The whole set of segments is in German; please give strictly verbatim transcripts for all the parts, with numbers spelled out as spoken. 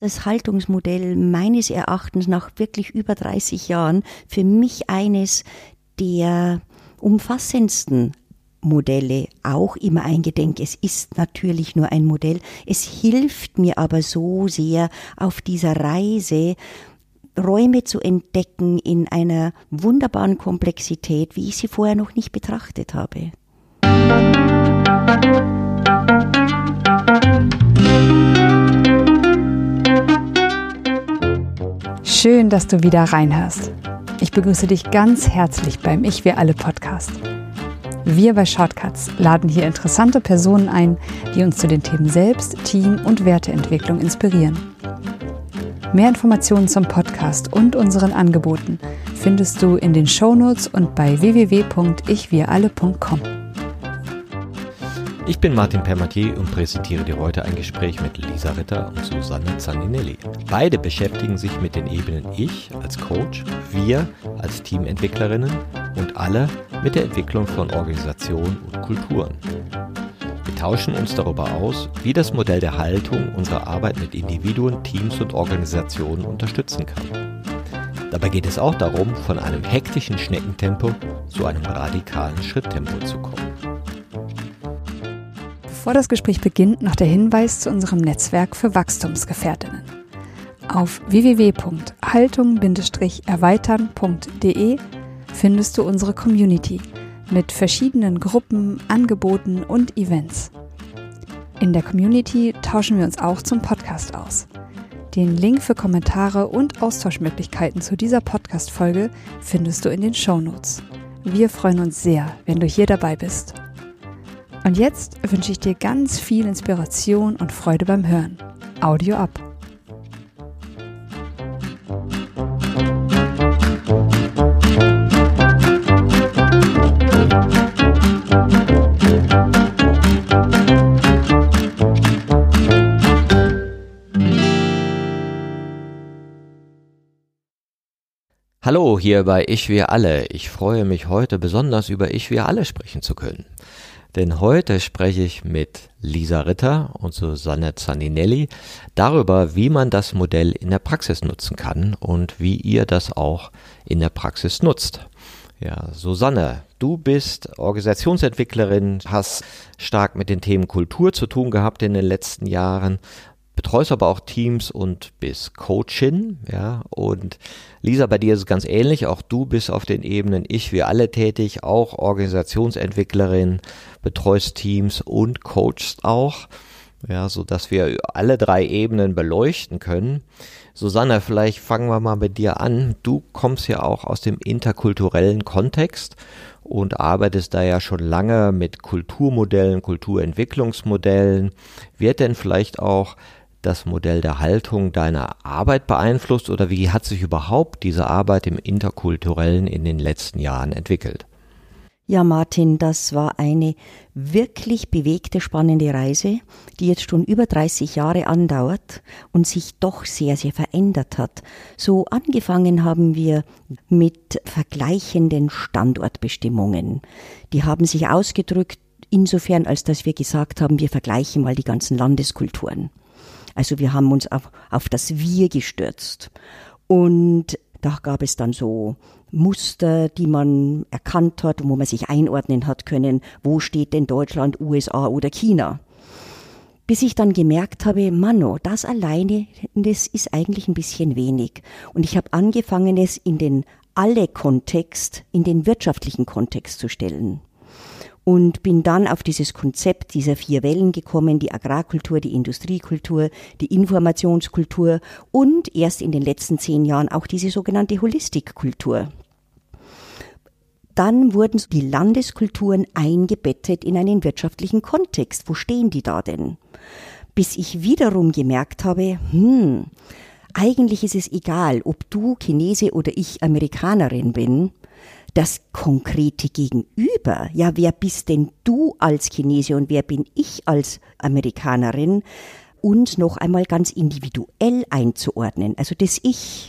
Das Haltungsmodell meines Erachtens nach wirklich über dreißig Jahren für mich eines der umfassendsten Modelle, auch immer eingedenk, es ist natürlich nur ein Modell. Es hilft mir aber so sehr auf dieser Reise, Räume zu entdecken in einer wunderbaren Komplexität, wie ich sie vorher noch nicht betrachtet habe. Schön, dass du wieder reinhörst. Ich begrüße dich ganz herzlich beim Ich Wir Alle Podcast. Wir bei Shortcuts laden hier interessante Personen ein, die uns zu den Themen Selbst-, Team- und Werteentwicklung inspirieren. Mehr Informationen zum Podcast und unseren Angeboten findest du in den Shownotes und bei w w w punkt ich wir alle punkt com. Ich bin Martin Permatier und präsentiere dir heute ein Gespräch mit Lisa Ritter und Susanne Zaninelli. Beide beschäftigen sich mit den Ebenen Ich als Coach, wir als Teamentwicklerinnen und alle mit der Entwicklung von Organisationen und Kulturen. Wir tauschen uns darüber aus, wie das Modell der Haltung unsere Arbeit mit Individuen, Teams und Organisationen unterstützen kann. Dabei geht es auch darum, von einem hektischen Schneckentempo zu einem radikalen Schritttempo zu kommen. Bevor das Gespräch beginnt, noch der Hinweis zu unserem Netzwerk für Wachstumsgefährtinnen. Auf w w w punkt haltung Bindestrich erweitern punkt d e findest du unsere Community mit verschiedenen Gruppen, Angeboten und Events. In der Community tauschen wir uns auch zum Podcast aus. Den Link für Kommentare und Austauschmöglichkeiten zu dieser Podcast-Folge findest du in den Shownotes. Wir freuen uns sehr, wenn du hier dabei bist. Und jetzt wünsche ich dir ganz viel Inspiration und Freude beim Hören. Audio ab! Hallo, hier bei Ich Wir Alle. Ich freue mich heute besonders über Ich Wir Alle sprechen zu können. Denn heute spreche ich mit Lisa Ritter und Susanne Zaninelli darüber, wie man das Modell in der Praxis nutzen kann und wie ihr das auch in der Praxis nutzt. Ja, Susanne, du bist Organisationsentwicklerin, hast stark mit den Themen Kultur zu tun gehabt in den letzten Jahren, betreust aber auch Teams und bist Coachin, ja, und Lisa, bei dir ist es ganz ähnlich, auch du bist auf den Ebenen Ich, wir alle tätig, auch Organisationsentwicklerin, betreust Teams und coachst auch, ja, so dass wir alle drei Ebenen beleuchten können. Susanne, vielleicht fangen wir mal mit dir an. Du kommst ja auch aus dem interkulturellen Kontext und arbeitest da ja schon lange mit Kulturmodellen, Kulturentwicklungsmodellen. Wird denn vielleicht auch das Modell der Haltung deiner Arbeit beeinflusst oder wie hat sich überhaupt diese Arbeit im Interkulturellen in den letzten Jahren entwickelt? Ja, Martin, das war eine wirklich bewegte, spannende Reise, die jetzt schon über dreißig Jahre andauert und sich doch sehr, sehr verändert hat. So angefangen haben wir mit vergleichenden Standortbestimmungen. Die haben sich ausgedrückt insofern, als dass wir gesagt haben, wir vergleichen mal die ganzen Landeskulturen. Also wir haben uns auf, auf das Wir gestürzt und da gab es dann so Muster, die man erkannt hat und wo man sich einordnen hat können, wo steht denn Deutschland, U S A oder China. Bis ich dann gemerkt habe, Manno, das alleine, das ist eigentlich ein bisschen wenig. Und ich habe angefangen, es in den Alle-Kontext, in den wirtschaftlichen Kontext zu stellen. Und bin dann auf dieses Konzept dieser vier Wellen gekommen, die Agrarkultur, die Industriekultur, die Informationskultur und erst in den letzten zehn Jahren auch diese sogenannte Holistikkultur. Dann wurden die Landeskulturen eingebettet in einen wirtschaftlichen Kontext. Wo stehen die da denn? Bis ich wiederum gemerkt habe, hm, eigentlich ist es egal, ob du Chinese oder ich Amerikanerin bin. Das konkrete Gegenüber, ja, wer bist denn du als Chinese und wer bin ich als Amerikanerin, uns noch einmal ganz individuell einzuordnen. Also das Ich,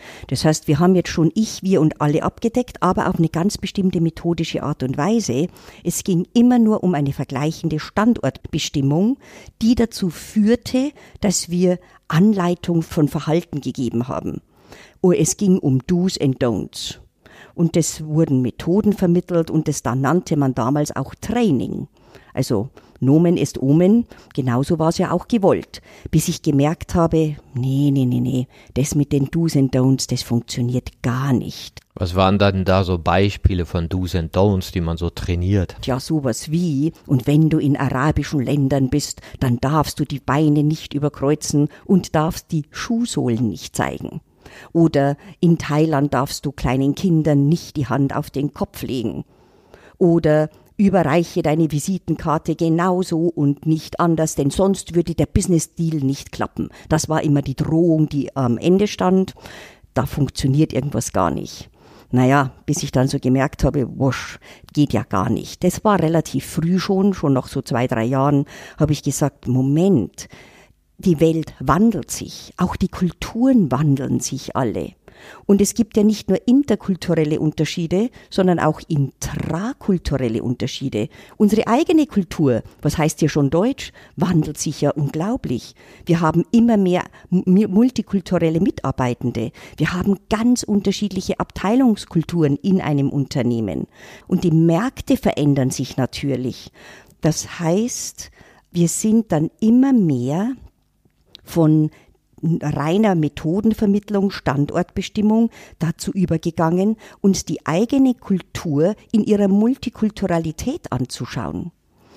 Das heißt, wir haben jetzt schon ich, wir und alle abgedeckt, aber auf eine ganz bestimmte methodische Art und Weise. Es ging immer nur um eine vergleichende Standortbestimmung, die dazu führte, dass wir Anleitung von Verhalten gegeben haben. Oh, es ging um Do's and Don'ts. Und es wurden Methoden vermittelt und das dann nannte man damals auch Training. Also Nomen ist Omen, genauso war es ja auch gewollt. Bis ich gemerkt habe, nee, nee, nee, nee, das mit den Do's and Don'ts, das funktioniert gar nicht. Was waren dann da so Beispiele von Do's and Don'ts, die man so trainiert? Ja, sowas wie, und wenn du in arabischen Ländern bist, dann darfst du die Beine nicht überkreuzen und darfst die Schuhsohlen nicht zeigen. Oder in Thailand darfst du kleinen Kindern nicht die Hand auf den Kopf legen. Oder überreiche deine Visitenkarte genauso und nicht anders, denn sonst würde der Business-Deal nicht klappen. Das war immer die Drohung, die am Ende stand. Da funktioniert irgendwas gar nicht. Naja, bis ich dann so gemerkt habe, wusch, geht ja gar nicht. Das war relativ früh schon, schon nach so zwei, drei Jahren, habe ich gesagt, Moment, die Welt wandelt sich, auch die Kulturen wandeln sich alle. Und es gibt ja nicht nur interkulturelle Unterschiede, sondern auch intrakulturelle Unterschiede. Unsere eigene Kultur, was heißt hier schon Deutsch, wandelt sich ja unglaublich. Wir haben immer mehr multikulturelle Mitarbeitende. Wir haben ganz unterschiedliche Abteilungskulturen in einem Unternehmen. Und die Märkte verändern sich natürlich. Das heißt, wir sind dann immer mehr von reiner Methodenvermittlung, Standortbestimmung dazu übergegangen, uns die eigene Kultur in ihrer Multikulturalität anzuschauen.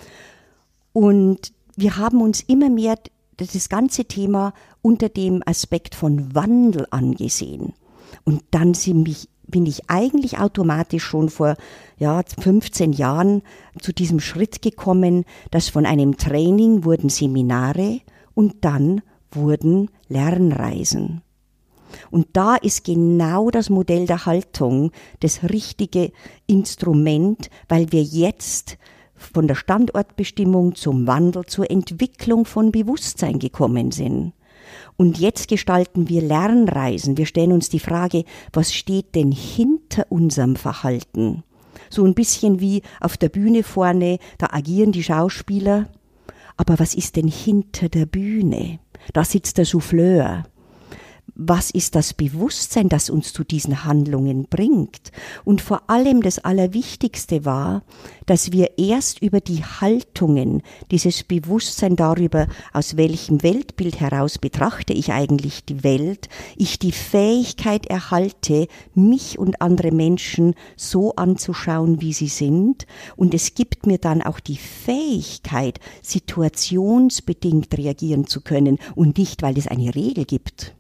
Und wir haben uns immer mehr das ganze Thema unter dem Aspekt von Wandel angesehen. Und dann sind mich bin ich eigentlich automatisch schon vor ja, fünfzehn Jahren zu diesem Schritt gekommen, dass von einem Training wurden Seminare und dann wurden Lernreisen. Und da ist genau das Modell der Haltung das richtige Instrument, weil wir jetzt von der Standortbestimmung zum Wandel, zur Entwicklung von Bewusstsein gekommen sind. Und jetzt gestalten wir Lernreisen. Wir stellen uns die Frage, was steht denn hinter unserem Verhalten? So ein bisschen wie auf der Bühne vorne, da agieren die Schauspieler. Aber was ist denn hinter der Bühne? Da sitzt der Souffleur. Was ist das Bewusstsein, das uns zu diesen Handlungen bringt? Und vor allem das Allerwichtigste war, dass wir erst über die Haltungen, dieses Bewusstsein darüber, aus welchem Weltbild heraus betrachte ich eigentlich die Welt, ich die Fähigkeit erhalte, mich und andere Menschen so anzuschauen, wie sie sind. Und es gibt mir dann auch die Fähigkeit, situationsbedingt reagieren zu können und nicht, weil es eine Regel gibt.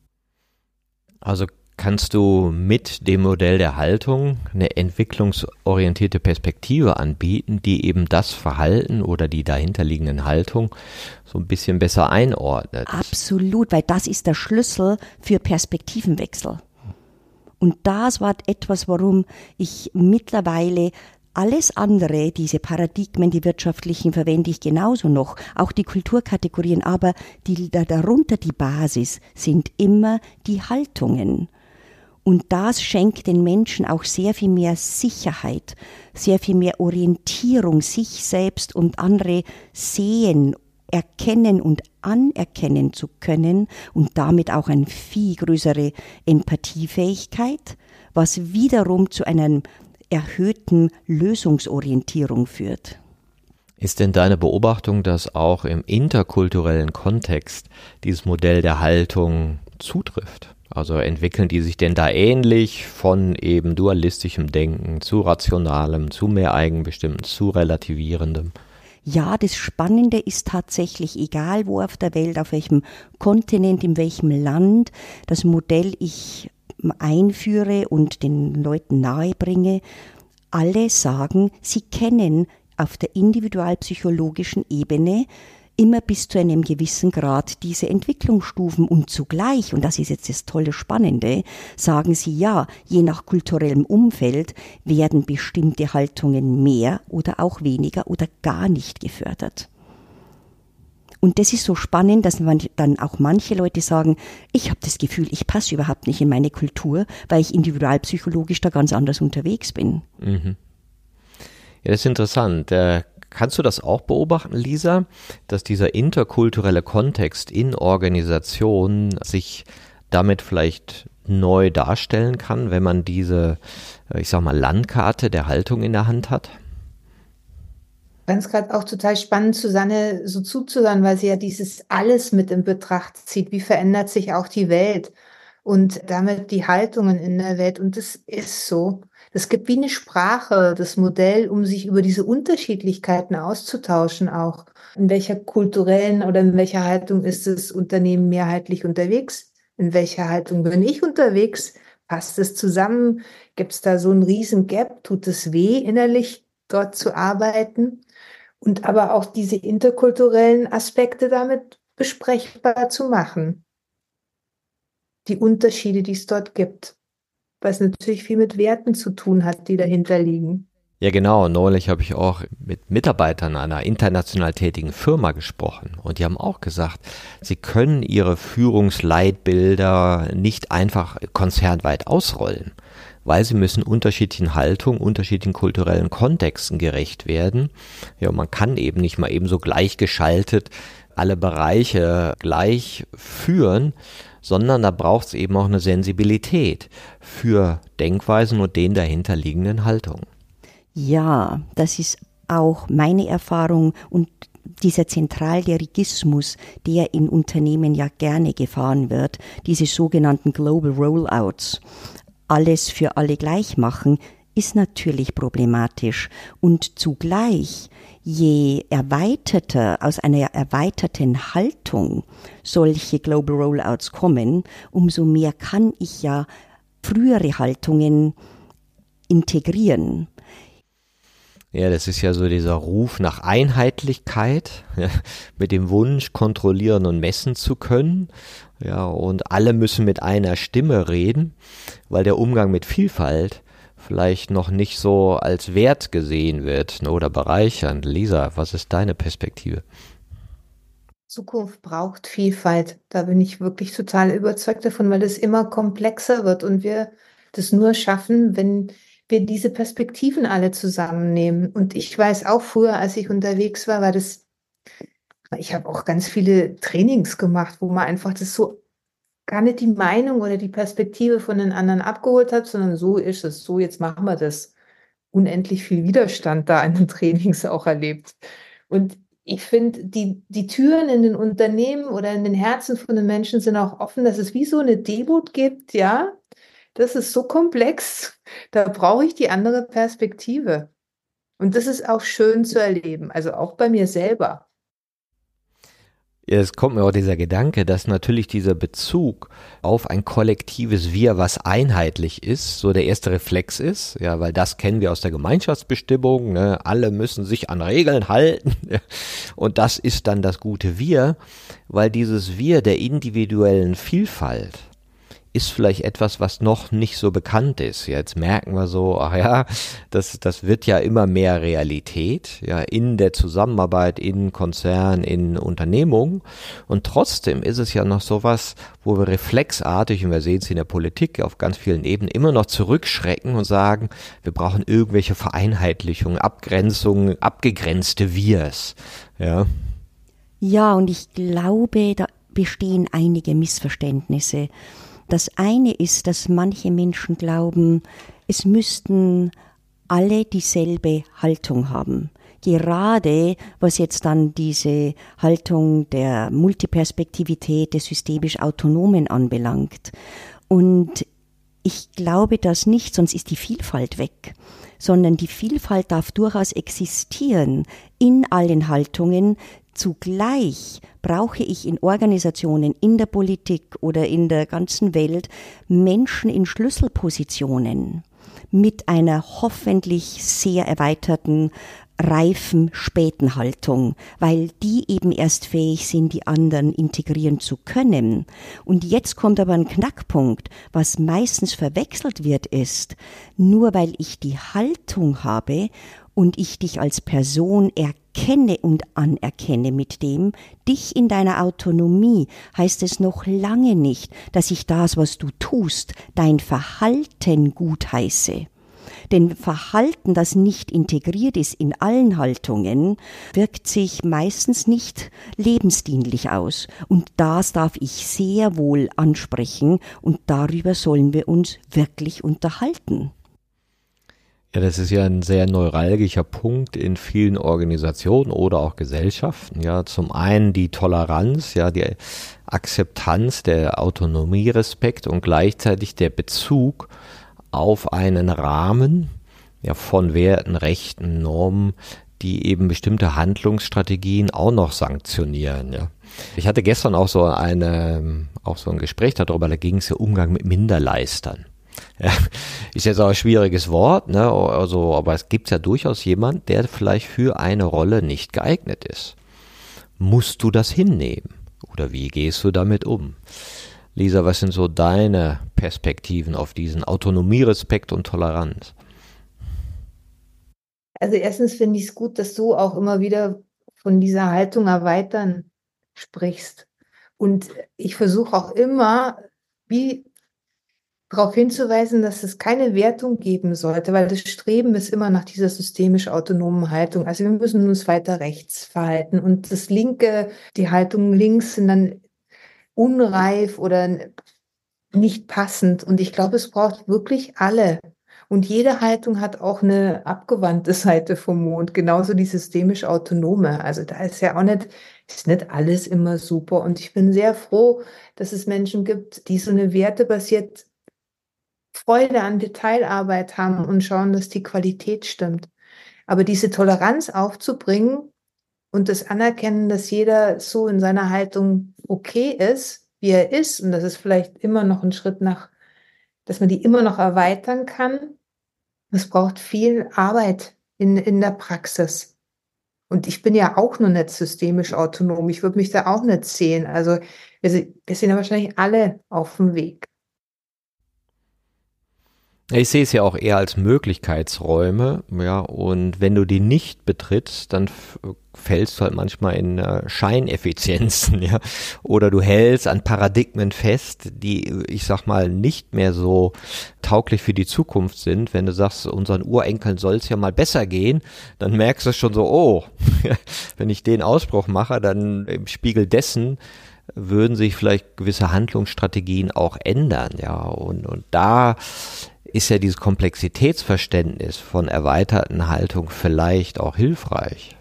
Also kannst du mit dem Modell der Haltung eine entwicklungsorientierte Perspektive anbieten, die eben das Verhalten oder die dahinterliegenden Haltung so ein bisschen besser einordnet? Absolut, weil das ist der Schlüssel für Perspektivenwechsel. Und das war etwas, warum ich mittlerweile alles andere, diese Paradigmen, die wirtschaftlichen, verwende ich genauso noch, auch die Kulturkategorien, aber die, darunter die Basis sind immer die Haltungen. Und das schenkt den Menschen auch sehr viel mehr Sicherheit, sehr viel mehr Orientierung, sich selbst und andere sehen, erkennen und anerkennen zu können und damit auch eine viel größere Empathiefähigkeit, was wiederum zu einem erhöhten Lösungsorientierung führt. Ist denn deine Beobachtung, dass auch im interkulturellen Kontext dieses Modell der Haltung zutrifft? Also entwickeln die sich denn da ähnlich von eben dualistischem Denken zu rationalem, zu mehr eigenbestimmten, zu relativierendem? Ja, das Spannende ist tatsächlich, egal wo auf der Welt, auf welchem Kontinent, in welchem Land, das Modell ich einführe und den Leuten nahebringe, alle sagen, sie kennen auf der individualpsychologischen Ebene immer bis zu einem gewissen Grad diese Entwicklungsstufen und zugleich, und das ist jetzt das tolle Spannende, sagen sie ja, je nach kulturellem Umfeld werden bestimmte Haltungen mehr oder auch weniger oder gar nicht gefördert. Und das ist so spannend, dass man dann auch manche Leute sagen, ich habe das Gefühl, ich passe überhaupt nicht in meine Kultur, weil ich individualpsychologisch da ganz anders unterwegs bin. Mhm. Ja, das ist interessant. Äh, kannst du das auch beobachten, Lisa, dass dieser interkulturelle Kontext in Organisationen sich damit vielleicht neu darstellen kann, wenn man diese, ich sag mal, Landkarte der Haltung in der Hand hat? Ich fand es gerade auch total spannend, Susanne so zuzuhören, weil sie ja dieses alles mit in Betracht zieht. Wie verändert sich auch die Welt und damit die Haltungen in der Welt? Und das ist so. Es gibt wie eine Sprache, das Modell, um sich über diese Unterschiedlichkeiten auszutauschen auch. In welcher kulturellen oder in welcher Haltung ist das Unternehmen mehrheitlich unterwegs? In welcher Haltung bin ich unterwegs? Passt es zusammen? Gibt es da so einen riesen Gap? Tut es weh, innerlich dort zu arbeiten? Und aber auch diese interkulturellen Aspekte damit besprechbar zu machen. Die Unterschiede, die es dort gibt. Was natürlich viel mit Werten zu tun hat, die dahinter liegen. Ja, genau. Neulich habe ich auch mit Mitarbeitern einer international tätigen Firma gesprochen und die haben auch gesagt, sie können ihre Führungsleitbilder nicht einfach konzernweit ausrollen, weil sie müssen unterschiedlichen Haltungen, unterschiedlichen kulturellen Kontexten gerecht werden. Ja, man kann eben nicht mal eben so gleichgeschaltet alle Bereiche gleich führen, sondern da braucht es eben auch eine Sensibilität für Denkweisen und den dahinterliegenden Haltungen. Ja, das ist auch meine Erfahrung und dieser Zentraldirigismus, der in Unternehmen ja gerne gefahren wird, diese sogenannten Global Rollouts, alles für alle gleich machen, ist natürlich problematisch und zugleich, je erweiterter, aus einer erweiterten Haltung solche Global Rollouts kommen, umso mehr kann ich ja frühere Haltungen integrieren. Ja, das ist ja so dieser Ruf nach Einheitlichkeit, ja, mit dem Wunsch, kontrollieren und messen zu können. Ja, und alle müssen mit einer Stimme reden, weil der Umgang mit Vielfalt vielleicht noch nicht so als wert gesehen wird, ne, oder bereichernd. Lisa, was ist deine Perspektive? Zukunft braucht Vielfalt. Da bin ich wirklich total überzeugt davon, weil es immer komplexer wird und wir das nur schaffen, wenn wir diese Perspektiven alle zusammennehmen. Und ich weiß auch früher, als ich unterwegs war, war das, ich habe auch ganz viele Trainings gemacht, wo man einfach das so gar nicht die Meinung oder die Perspektive von den anderen abgeholt hat, sondern so ist es, so jetzt machen wir das. Unendlich viel Widerstand da in den Trainings auch erlebt. Und ich finde, die, die Türen in den Unternehmen oder in den Herzen von den Menschen sind auch offen, dass es wie so eine Demut gibt, ja, das ist so komplex, da brauche ich die andere Perspektive. Und das ist auch schön zu erleben, also auch bei mir selber. Ja, es kommt mir auch dieser Gedanke, dass natürlich dieser Bezug auf ein kollektives Wir, was einheitlich ist, so der erste Reflex ist, ja, weil das kennen wir aus der Gemeinschaftsbestimmung, ne? Alle müssen sich an Regeln halten, ja, und das ist dann das gute Wir, weil dieses Wir der individuellen Vielfalt ist vielleicht etwas, was noch nicht so bekannt ist. Jetzt merken wir so, ach ja, das, das wird ja immer mehr Realität, ja, in der Zusammenarbeit, in Konzernen, in Unternehmungen. Und trotzdem ist es ja noch sowas, wo wir reflexartig, und wir sehen es in der Politik auf ganz vielen Ebenen, immer noch zurückschrecken und sagen, wir brauchen irgendwelche Vereinheitlichungen, Abgrenzungen, abgegrenzte Wirs, ja. Ja, und ich glaube, da bestehen einige Missverständnisse. Das eine ist, dass manche Menschen glauben, es müssten alle dieselbe Haltung haben. Gerade was jetzt dann diese Haltung der Multiperspektivität des systemisch Autonomen anbelangt. Und ich glaube das nicht, sonst ist die Vielfalt weg, sondern die Vielfalt darf durchaus existieren in allen Haltungen. Zugleich brauche ich in Organisationen, in der Politik oder in der ganzen Welt Menschen in Schlüsselpositionen mit einer hoffentlich sehr erweiterten reifen, späten Haltung, weil die eben erst fähig sind, die anderen integrieren zu können. Und jetzt kommt aber ein Knackpunkt, was meistens verwechselt wird, ist, nur weil ich die Haltung habe und ich dich als Person erkenne und anerkenne mit dem, dich in deiner Autonomie, heißt es noch lange nicht, dass ich das, was du tust, dein Verhalten gutheiße. Denn Verhalten, das nicht integriert ist in allen Haltungen, wirkt sich meistens nicht lebensdienlich aus. Und das darf ich sehr wohl ansprechen und darüber sollen wir uns wirklich unterhalten. Ja, das ist ja ein sehr neuralgischer Punkt in vielen Organisationen oder auch Gesellschaften. Ja, zum einen die Toleranz, ja, die Akzeptanz, der Autonomierespekt und gleichzeitig der Bezug auf einen Rahmen, ja, von Werten, Rechten, Normen, die eben bestimmte Handlungsstrategien auch noch sanktionieren. Ja. Ich hatte gestern auch so eine, auch so ein Gespräch darüber, da ging es ja Umgang mit Minderleistern. Ja, ist jetzt auch ein schwieriges Wort, ne? Also, aber es gibt ja durchaus jemand, der vielleicht für eine Rolle nicht geeignet ist. Musst du das hinnehmen? Oder wie gehst du damit um? Lisa, was sind so deine Perspektiven auf diesen Autonomierespekt und Toleranz? Also erstens finde ich es gut, dass du auch immer wieder von dieser Haltung erweitern sprichst. Und ich versuche auch immer, wie darauf hinzuweisen, dass es keine Wertung geben sollte, weil das Streben ist immer nach dieser systemisch autonomen Haltung. Also wir müssen uns weiter rechts verhalten und das Linke, die Haltungen links sind dann unreif oder nicht passend. Und ich glaube, es braucht wirklich alle. Und jede Haltung hat auch eine abgewandte Seite vom Mond, genauso die systemisch autonome. Also da ist ja auch nicht, ist nicht alles immer super. Und ich bin sehr froh, dass es Menschen gibt, die so eine wertebasierte Freude an Detailarbeit haben und schauen, dass die Qualität stimmt. Aber diese Toleranz aufzubringen und das Anerkennen, dass jeder so in seiner Haltung okay ist, wie er ist, und das ist vielleicht immer noch ein Schritt nach, dass man die immer noch erweitern kann, das braucht viel Arbeit in, in der Praxis. Und ich bin ja auch noch nicht systemisch autonom. Ich würde mich da auch nicht sehen. Also wir sind, wir sind ja wahrscheinlich alle auf dem Weg. Ich sehe es ja auch eher als Möglichkeitsräume, ja, und wenn du die nicht betrittst, dann f- fällst du halt manchmal in äh, Scheineffizienzen, ja, oder du hältst an Paradigmen fest, die, ich sag mal, nicht mehr so tauglich für die Zukunft sind. Wenn du sagst, unseren Urenkeln soll es ja mal besser gehen, dann merkst du schon so, oh, wenn ich den Ausbruch mache, dann im Spiegel dessen würden sich vielleicht gewisse Handlungsstrategien auch ändern, ja, und, und da ist ja dieses Komplexitätsverständnis von erweiterten Haltung vielleicht auch hilfreich.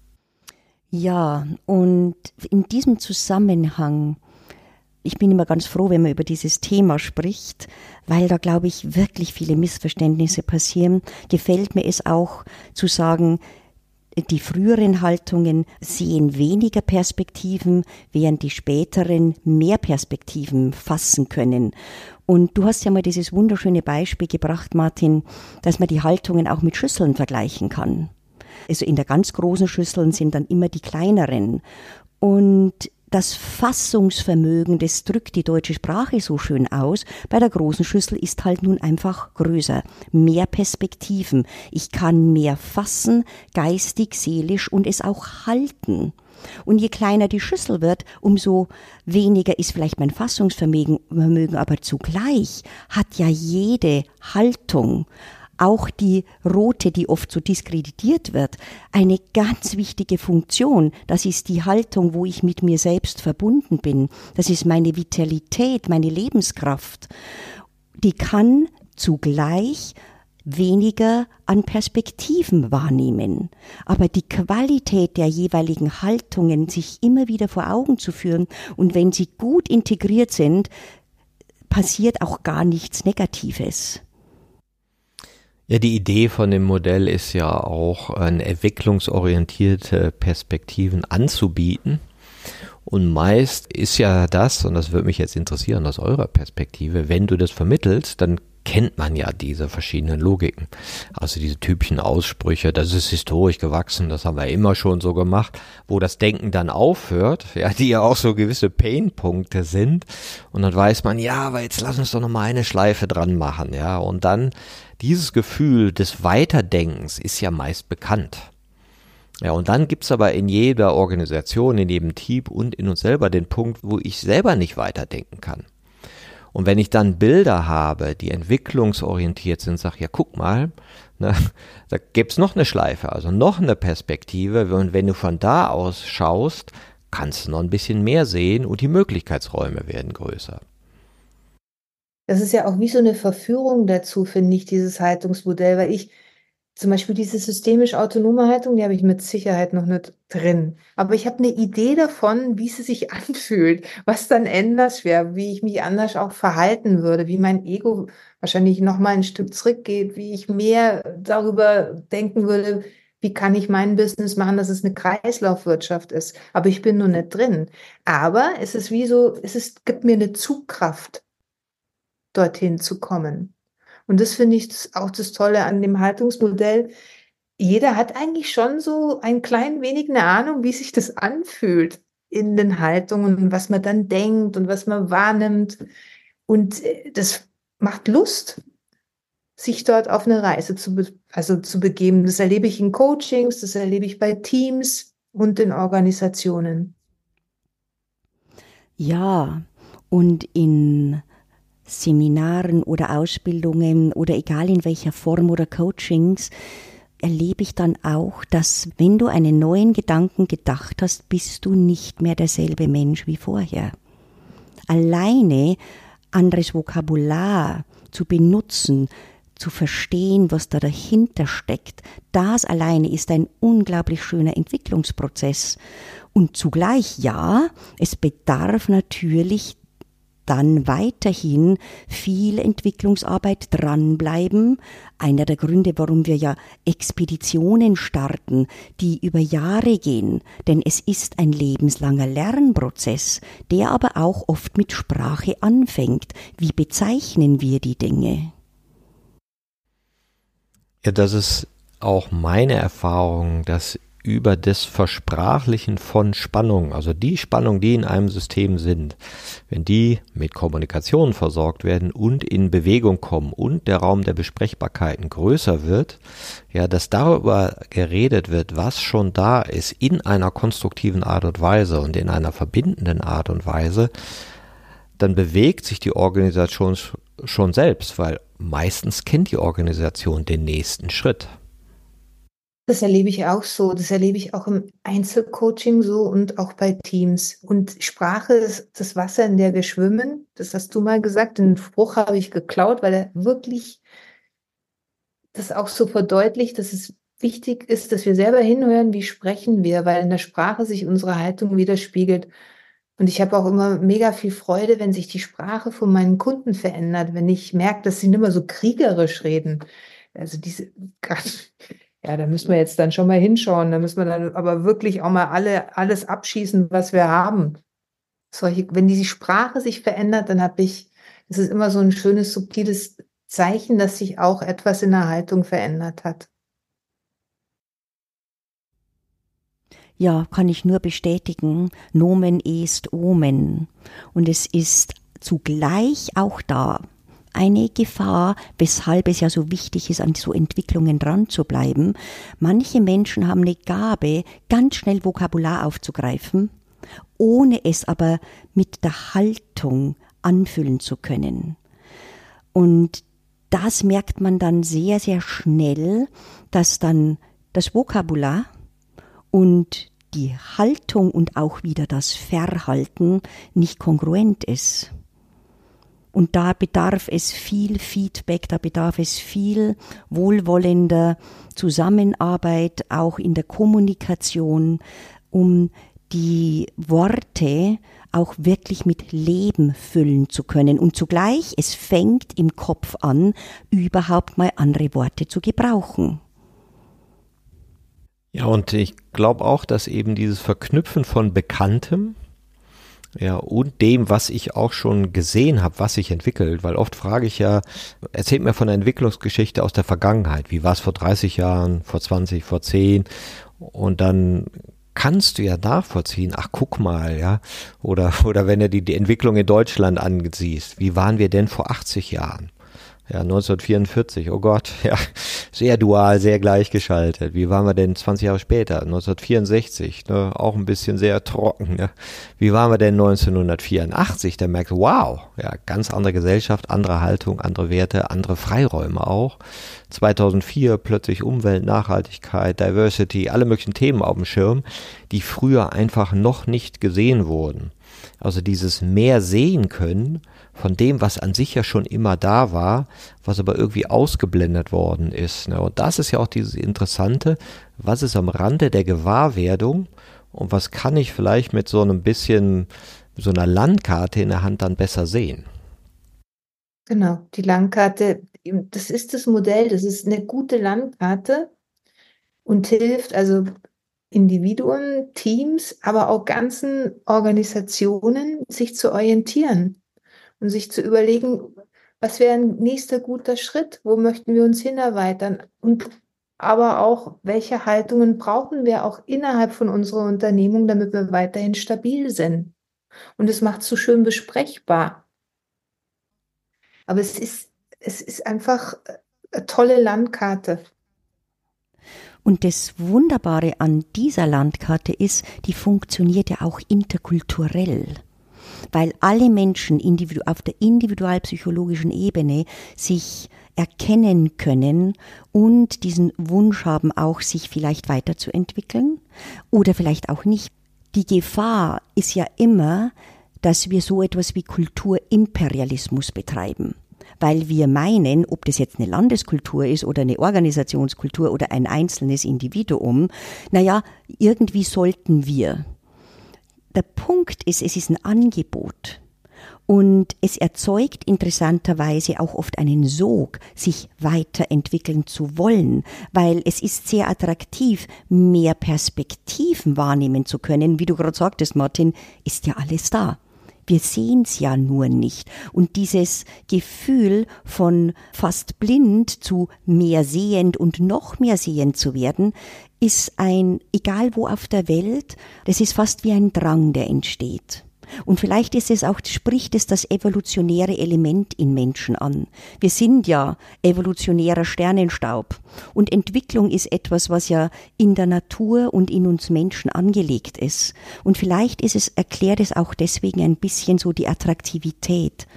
Ja, und in diesem Zusammenhang, ich bin immer ganz froh, wenn man über dieses Thema spricht, weil da, glaube ich, wirklich viele Missverständnisse passieren. Gefällt mir es auch zu sagen, die früheren Haltungen sehen weniger Perspektiven, während die späteren mehr Perspektiven fassen können. Und du hast ja mal dieses wunderschöne Beispiel gebracht, Martin, dass man die Haltungen auch mit Schüsseln vergleichen kann. Also in der ganz großen Schüsseln sind dann immer die kleineren. Und das Fassungsvermögen, das drückt die deutsche Sprache so schön aus. Bei der großen Schüssel ist halt nun einfach größer, mehr Perspektiven. Ich kann mehr fassen, geistig, seelisch und es auch halten. Und je kleiner die Schüssel wird, umso weniger ist vielleicht mein Fassungsvermögen, aber zugleich hat ja jede Haltung, auch die rote, die oft so diskreditiert wird, eine ganz wichtige Funktion. Das ist die Haltung, wo ich mit mir selbst verbunden bin. Das ist meine Vitalität, meine Lebenskraft. Die kann zugleich weniger an Perspektiven wahrnehmen. Aber die Qualität der jeweiligen Haltungen sich immer wieder vor Augen zu führen und wenn sie gut integriert sind, passiert auch gar nichts Negatives. Ja, die Idee von dem Modell ist ja auch, entwicklungsorientierte Perspektiven anzubieten. Und meist ist ja das, und das würde mich jetzt interessieren aus eurer Perspektive, wenn du das vermittelst, dann kennt man ja diese verschiedenen Logiken. Also diese typischen Aussprüche, das ist historisch gewachsen, das haben wir immer schon so gemacht, wo das Denken dann aufhört, ja, die ja auch so gewisse Painpunkte sind. Und dann weiß man, ja, aber jetzt lass uns doch noch mal eine Schleife dran machen, ja. Und dann dieses Gefühl des Weiterdenkens ist ja meist bekannt. Ja, und dann gibt's aber in jeder Organisation, in jedem Team und in uns selber den Punkt, wo ich selber nicht weiterdenken kann. Und wenn ich dann Bilder habe, die entwicklungsorientiert sind, sag ja, guck mal, ne, da gibt's noch eine Schleife, also noch eine Perspektive. Und wenn du von da aus schaust, kannst du noch ein bisschen mehr sehen und die Möglichkeitsräume werden größer. Das ist ja auch wie so eine Verführung dazu, finde ich, dieses Haltungsmodell, weil ich zum Beispiel diese systemisch autonome Haltung, die habe ich mit Sicherheit noch nicht drin. Aber ich habe eine Idee davon, wie sie sich anfühlt, was dann anders wäre, wie ich mich anders auch verhalten würde, wie mein Ego wahrscheinlich noch mal ein Stück zurückgeht, wie ich mehr darüber denken würde, wie kann ich mein Business machen, dass es eine Kreislaufwirtschaft ist. Aber ich bin noch nicht drin. Aber es ist wie so, es ist, gibt mir eine Zugkraft, dorthin zu kommen. Und das finde ich das auch das Tolle an dem Haltungsmodell. Jeder hat eigentlich schon so ein klein wenig eine Ahnung, wie sich das anfühlt in den Haltungen und was man dann denkt und was man wahrnimmt. Und das macht Lust, sich dort auf eine Reise zu, be- also zu begeben. Das erlebe ich in Coachings, das erlebe ich bei Teams und in Organisationen. Ja, und in Seminaren oder Ausbildungen oder egal in welcher Form oder Coachings erlebe ich dann auch, dass wenn du einen neuen Gedanken gedacht hast, bist du nicht mehr derselbe Mensch wie vorher. Alleine anderes Vokabular zu benutzen, zu verstehen, was da dahinter steckt, das alleine ist ein unglaublich schöner Entwicklungsprozess. Und zugleich, ja, es bedarf natürlich dann weiterhin viel Entwicklungsarbeit dranbleiben. Einer der Gründe, warum wir ja Expeditionen starten, die über Jahre gehen. Denn es ist ein lebenslanger Lernprozess, der aber auch oft mit Sprache anfängt. Wie bezeichnen wir die Dinge? Ja, das ist auch meine Erfahrung, dass über das Versprachlichen von Spannungen, also die Spannungen, die in einem System sind, wenn die mit Kommunikation versorgt werden und in Bewegung kommen und der Raum der Besprechbarkeiten größer wird, ja, dass darüber geredet wird, was schon da ist, in einer konstruktiven Art und Weise und in einer verbindenden Art und Weise, dann bewegt sich die Organisation schon selbst, weil meistens kennt die Organisation den nächsten Schritt. Das erlebe ich auch so. Das erlebe ich auch im Einzelcoaching so und auch bei Teams. Und Sprache ist das Wasser, in der wir schwimmen. Das hast du mal gesagt. Den Spruch habe ich geklaut, weil er wirklich das auch so verdeutlicht, dass es wichtig ist, dass wir selber hinhören, wie sprechen wir, weil in der Sprache sich unsere Haltung widerspiegelt. Und ich habe auch immer mega viel Freude, wenn sich die Sprache von meinen Kunden verändert, wenn ich merke, dass sie nicht mehr so kriegerisch reden. Also diese, ja, da müssen wir jetzt dann schon mal hinschauen. Da müssen wir dann aber wirklich auch mal alle, alles abschießen, was wir haben. Solche, wenn die Sprache sich verändert, dann habe ich, das ist immer so ein schönes, subtiles Zeichen, dass sich auch etwas in der Haltung verändert hat. Ja, kann ich nur bestätigen. Nomen est Omen. Und es ist zugleich auch da eine Gefahr, weshalb es ja so wichtig ist, an so Entwicklungen dran zu bleiben. Manche Menschen haben eine Gabe, ganz schnell Vokabular aufzugreifen, ohne es aber mit der Haltung anfüllen zu können. Und das merkt man dann sehr, sehr schnell, dass dann das Vokabular und die Haltung und auch wieder das Verhalten nicht kongruent ist. Und da bedarf es viel Feedback, da bedarf es viel wohlwollender Zusammenarbeit, auch in der Kommunikation, um die Worte auch wirklich mit Leben füllen zu können. Und zugleich, es fängt im Kopf an, überhaupt mal andere Worte zu gebrauchen. Ja, und ich glaube auch, dass eben dieses Verknüpfen von Bekanntem, Ja, und dem, was ich auch schon gesehen habe, was sich entwickelt, weil oft frage ich ja, erzählt mir von der Entwicklungsgeschichte aus der Vergangenheit, wie war es vor dreißig Jahren, vor zwanzig, vor zehn, und dann kannst du ja nachvollziehen, ach guck mal, ja, oder oder wenn du die, die Entwicklung in Deutschland ansiehst, wie waren wir denn vor achtzig Jahren? Ja, neunzehnhundertvierundvierzig, oh Gott, ja, sehr dual, sehr gleichgeschaltet. Wie waren wir denn zwanzig Jahre später, neunzehnhundertvierundsechzig, ne, auch ein bisschen sehr trocken, ne? Wie waren wir denn neunzehnhundertvierundachtzig? Da merkst du, wow, ja, ganz andere Gesellschaft, andere Haltung, andere Werte, andere Freiräume auch. zweitausendvier plötzlich Umwelt, Nachhaltigkeit, Diversity, alle möglichen Themen auf dem Schirm, die früher einfach noch nicht gesehen wurden. Also dieses mehr sehen können von dem, was an sich ja schon immer da war, was aber irgendwie ausgeblendet worden ist. Ne? Und das ist ja auch dieses Interessante, was ist am Rande der Gewahrwerdung und was kann ich vielleicht mit so einem bisschen, so einer Landkarte in der Hand dann besser sehen. Genau, die Landkarte, das ist das Modell, das ist eine gute Landkarte und hilft also Individuen, Teams, aber auch ganzen Organisationen, sich zu orientieren und sich zu überlegen, was wäre ein nächster guter Schritt, wo möchten wir uns hin erweitern und aber auch, welche Haltungen brauchen wir auch innerhalb von unserer Unternehmung, damit wir weiterhin stabil sind. Und es macht es so schön besprechbar. Aber es ist, es ist einfach eine tolle Landkarte. Und das Wunderbare an dieser Landkarte ist, die funktioniert ja auch interkulturell, weil alle Menschen individu- auf der individualpsychologischen Ebene sich erkennen können und diesen Wunsch haben, auch sich vielleicht weiterzuentwickeln oder vielleicht auch nicht. Die Gefahr ist ja immer, dass wir so etwas wie Kulturimperialismus betreiben. Weil wir meinen, ob das jetzt eine Landeskultur ist oder eine Organisationskultur oder ein einzelnes Individuum, naja, irgendwie sollten wir. Der Punkt ist, es ist ein Angebot und es erzeugt interessanterweise auch oft einen Sog, sich weiterentwickeln zu wollen, weil es ist sehr attraktiv, mehr Perspektiven wahrnehmen zu können. Wie du gerade sagtest, Martin, ist ja alles da. Wir sehen es ja nur nicht. Und dieses Gefühl von fast blind zu mehr sehend und noch mehr sehend zu werden, ist ein, egal wo auf der Welt, das ist fast wie ein Drang, der entsteht. Und vielleicht ist es auch, spricht es das evolutionäre Element in Menschen an. Wir sind ja evolutionärer Sternenstaub. Und Entwicklung ist etwas, was ja in der Natur und in uns Menschen angelegt ist. Und vielleicht ist es, erklärt es auch deswegen ein bisschen so die Attraktivität.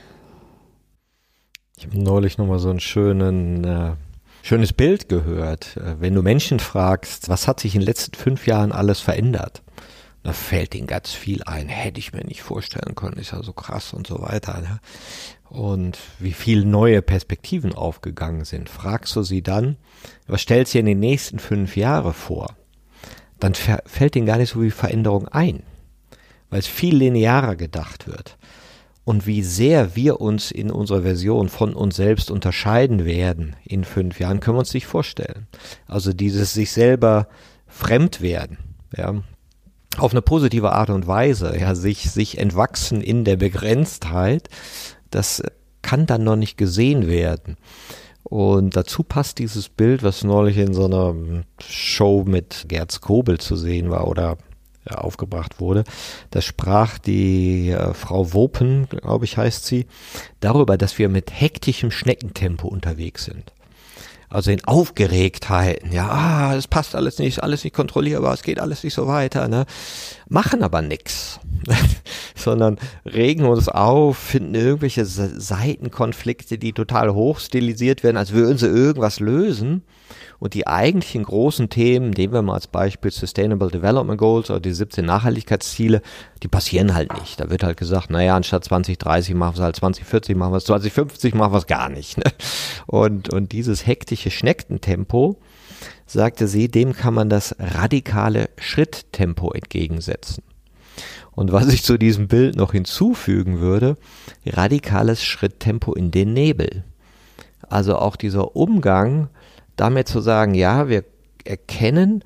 Ich habe neulich nochmal so ein schönen, äh, schönes Bild gehört. Wenn du Menschen fragst, was hat sich in den letzten fünf Jahren alles verändert? Da fällt ihnen ganz viel ein, hätte ich mir nicht vorstellen können, ist ja so krass und so weiter. Ne? Und wie viele neue Perspektiven aufgegangen sind. Fragst du sie dann, was stellst du dir in den nächsten fünf Jahren vor? Dann fällt ihnen gar nicht so viel Veränderung ein, weil es viel linearer gedacht wird. Und wie sehr wir uns in unserer Version von uns selbst unterscheiden werden in fünf Jahren, können wir uns nicht vorstellen. Also dieses sich selber fremd werden, ja, auf eine positive Art und Weise, ja, sich, sich entwachsen in der Begrenztheit, das kann dann noch nicht gesehen werden. Und dazu passt dieses Bild, was neulich in so einer Show mit Gerd Skobel zu sehen war oder ja, aufgebracht wurde. Da sprach die äh, Frau Wopen, glaube ich, heißt sie, darüber, dass wir mit hektischem Schneckentempo unterwegs sind. Also in Aufgeregtheiten, ja, ah, es passt alles nicht, alles nicht kontrollierbar, es geht alles nicht so weiter, ne? Machen aber nix, sondern regen uns auf, finden irgendwelche Seitenkonflikte, die total hochstilisiert werden, als würden sie irgendwas lösen. Und die eigentlichen großen Themen, nehmen wir mal als Beispiel Sustainable Development Goals oder die siebzehn Nachhaltigkeitsziele, die passieren halt nicht. Da wird halt gesagt, naja, anstatt zwanzig dreißig machen wir es halt zwanzig vierzig, machen wir es zwanzig fünfzig, machen wir es gar nicht. Ne? Und, und dieses hektische Schneckentempo, sagte sie, dem kann man das radikale Schritttempo entgegensetzen. Und was ich zu diesem Bild noch hinzufügen würde, radikales Schritttempo in den Nebel. Also auch dieser Umgang damit zu sagen, ja, wir erkennen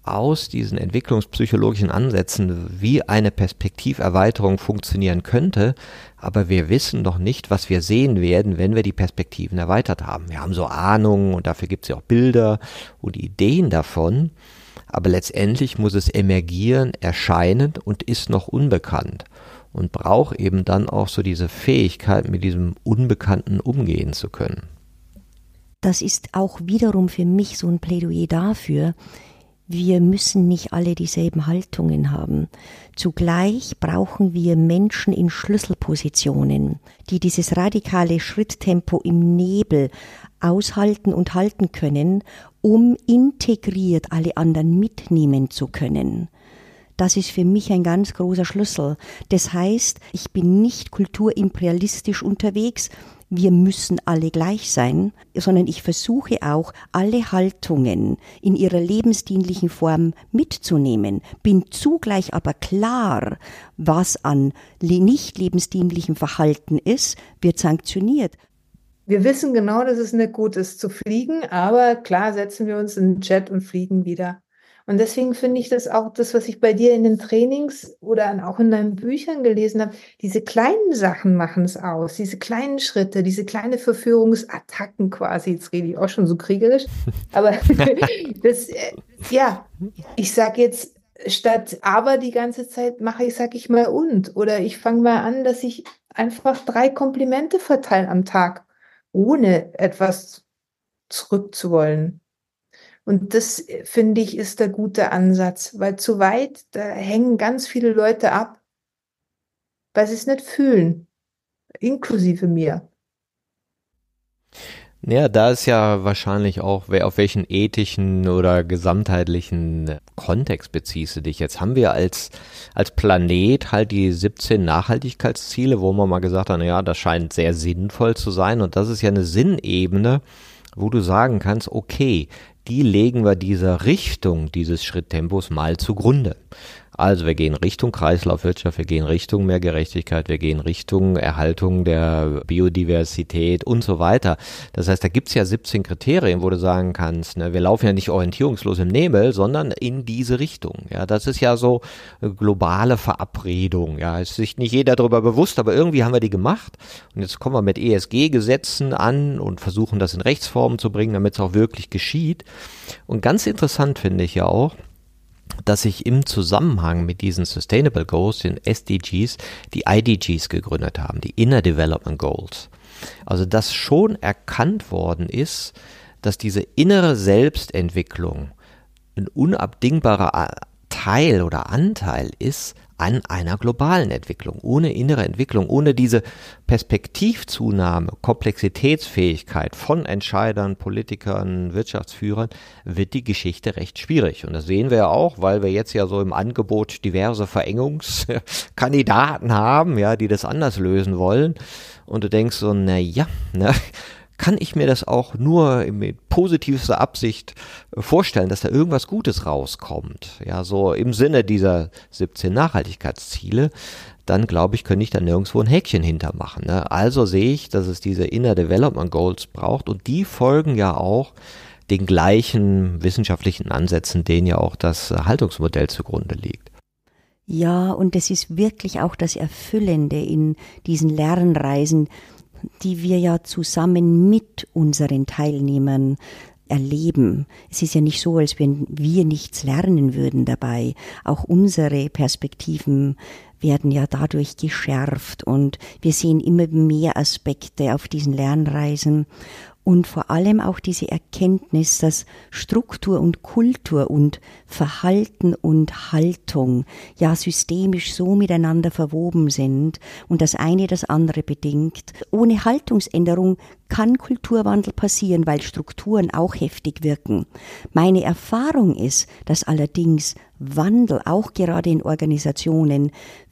aus diesen entwicklungspsychologischen Ansätzen, wie eine Perspektiverweiterung funktionieren könnte, aber wir wissen noch nicht, was wir sehen werden, wenn wir die Perspektiven erweitert haben. Wir haben so Ahnungen und dafür gibt es ja auch Bilder und Ideen davon, aber letztendlich muss es emergieren, erscheinen und ist noch unbekannt und braucht eben dann auch so diese Fähigkeit, mit diesem Unbekannten umgehen zu können. Das ist auch wiederum für mich so ein Plädoyer dafür, wir müssen nicht alle dieselben Haltungen haben. Zugleich brauchen wir Menschen in Schlüsselpositionen, die dieses radikale Schritttempo im Nebel aushalten und halten können, um integriert alle anderen mitnehmen zu können. Das ist für mich ein ganz großer Schlüssel. Das heißt, ich bin nicht kulturimperialistisch unterwegs, wir müssen alle gleich sein, sondern ich versuche auch, alle Haltungen in ihrer lebensdienlichen Form mitzunehmen, bin zugleich aber klar, was an nicht lebensdienlichem Verhalten ist, wird sanktioniert. Wir wissen genau, dass es nicht gut ist zu fliegen, aber klar setzen wir uns in den Jet und fliegen wieder. Und deswegen finde ich das auch das, was ich bei dir in den Trainings oder auch in deinen Büchern gelesen habe, diese kleinen Sachen machen es aus, diese kleinen Schritte, diese kleine Verführungsattacken quasi, jetzt rede ich auch schon so kriegerisch, aber das, äh, ja, ich sage jetzt, statt aber die ganze Zeit mache ich, sage ich mal und, oder ich fange mal an, dass ich einfach drei Komplimente verteile am Tag, ohne etwas zurückzuwollen. Und das, finde ich, ist der gute Ansatz, weil zu weit, da hängen ganz viele Leute ab, weil sie es nicht fühlen, inklusive mir. Ja, da ist ja wahrscheinlich auch, wer auf welchen ethischen oder gesamtheitlichen Kontext beziehst du dich? Jetzt haben wir als, als Planet halt die siebzehn Nachhaltigkeitsziele, wo man mal gesagt hat, na ja, das scheint sehr sinnvoll zu sein und das ist ja eine Sinnebene, wo du sagen kannst, okay, die legen wir dieser Richtung dieses Schritttempos mal zugrunde. Also wir gehen Richtung Kreislaufwirtschaft, wir gehen Richtung mehr Gerechtigkeit, wir gehen Richtung Erhaltung der Biodiversität und so weiter. Das heißt, da gibt's ja siebzehn Kriterien, wo du sagen kannst, ne, wir laufen ja nicht orientierungslos im Nebel, sondern in diese Richtung. Ja, das ist ja so eine globale Verabredung. Ja, ist sich nicht jeder darüber bewusst, aber irgendwie haben wir die gemacht. Und jetzt kommen wir mit E S G-Gesetzen an und versuchen das in Rechtsformen zu bringen, damit es auch wirklich geschieht. Und ganz interessant finde ich ja auch, dass sich im Zusammenhang mit diesen Sustainable Goals, den S D Gs, die I D Gs gegründet haben, die Inner Development Goals. Also dass schon erkannt worden ist, dass diese innere Selbstentwicklung ein unabdingbarer Teil oder Anteil ist an einer globalen Entwicklung. Ohne innere Entwicklung, ohne diese Perspektivzunahme, Komplexitätsfähigkeit von Entscheidern, Politikern, Wirtschaftsführern, wird die Geschichte recht schwierig. Und das sehen wir ja auch, weil wir jetzt ja so im Angebot diverse Verengungskandidaten haben, ja, die das anders lösen wollen. Und du denkst so, na ja, ne, kann ich mir das auch nur mit positivster Absicht vorstellen, dass da irgendwas Gutes rauskommt. Ja, so im Sinne dieser siebzehn Nachhaltigkeitsziele, dann glaube ich, könnte ich da nirgendwo ein Häkchen hintermachen. Ne? Also sehe ich, dass es diese Inner Development Goals braucht und die folgen ja auch den gleichen wissenschaftlichen Ansätzen, denen ja auch das Haltungsmodell zugrunde liegt. Ja, und das ist wirklich auch das Erfüllende in diesen Lernreisen, die wir ja zusammen mit unseren Teilnehmern erleben. Es ist ja nicht so, als wenn wir nichts lernen würden dabei. Auch unsere Perspektiven werden ja dadurch geschärft und wir sehen immer mehr Aspekte auf diesen Lernreisen. Und vor allem auch diese Erkenntnis, dass Struktur und Kultur und Verhalten und Haltung ja systemisch so miteinander verwoben sind und das eine das andere bedingt. Ohne Haltungsänderung kann Kulturwandel passieren, weil Strukturen auch heftig wirken. Meine Erfahrung ist, dass allerdings Wandel auch gerade in Organisationen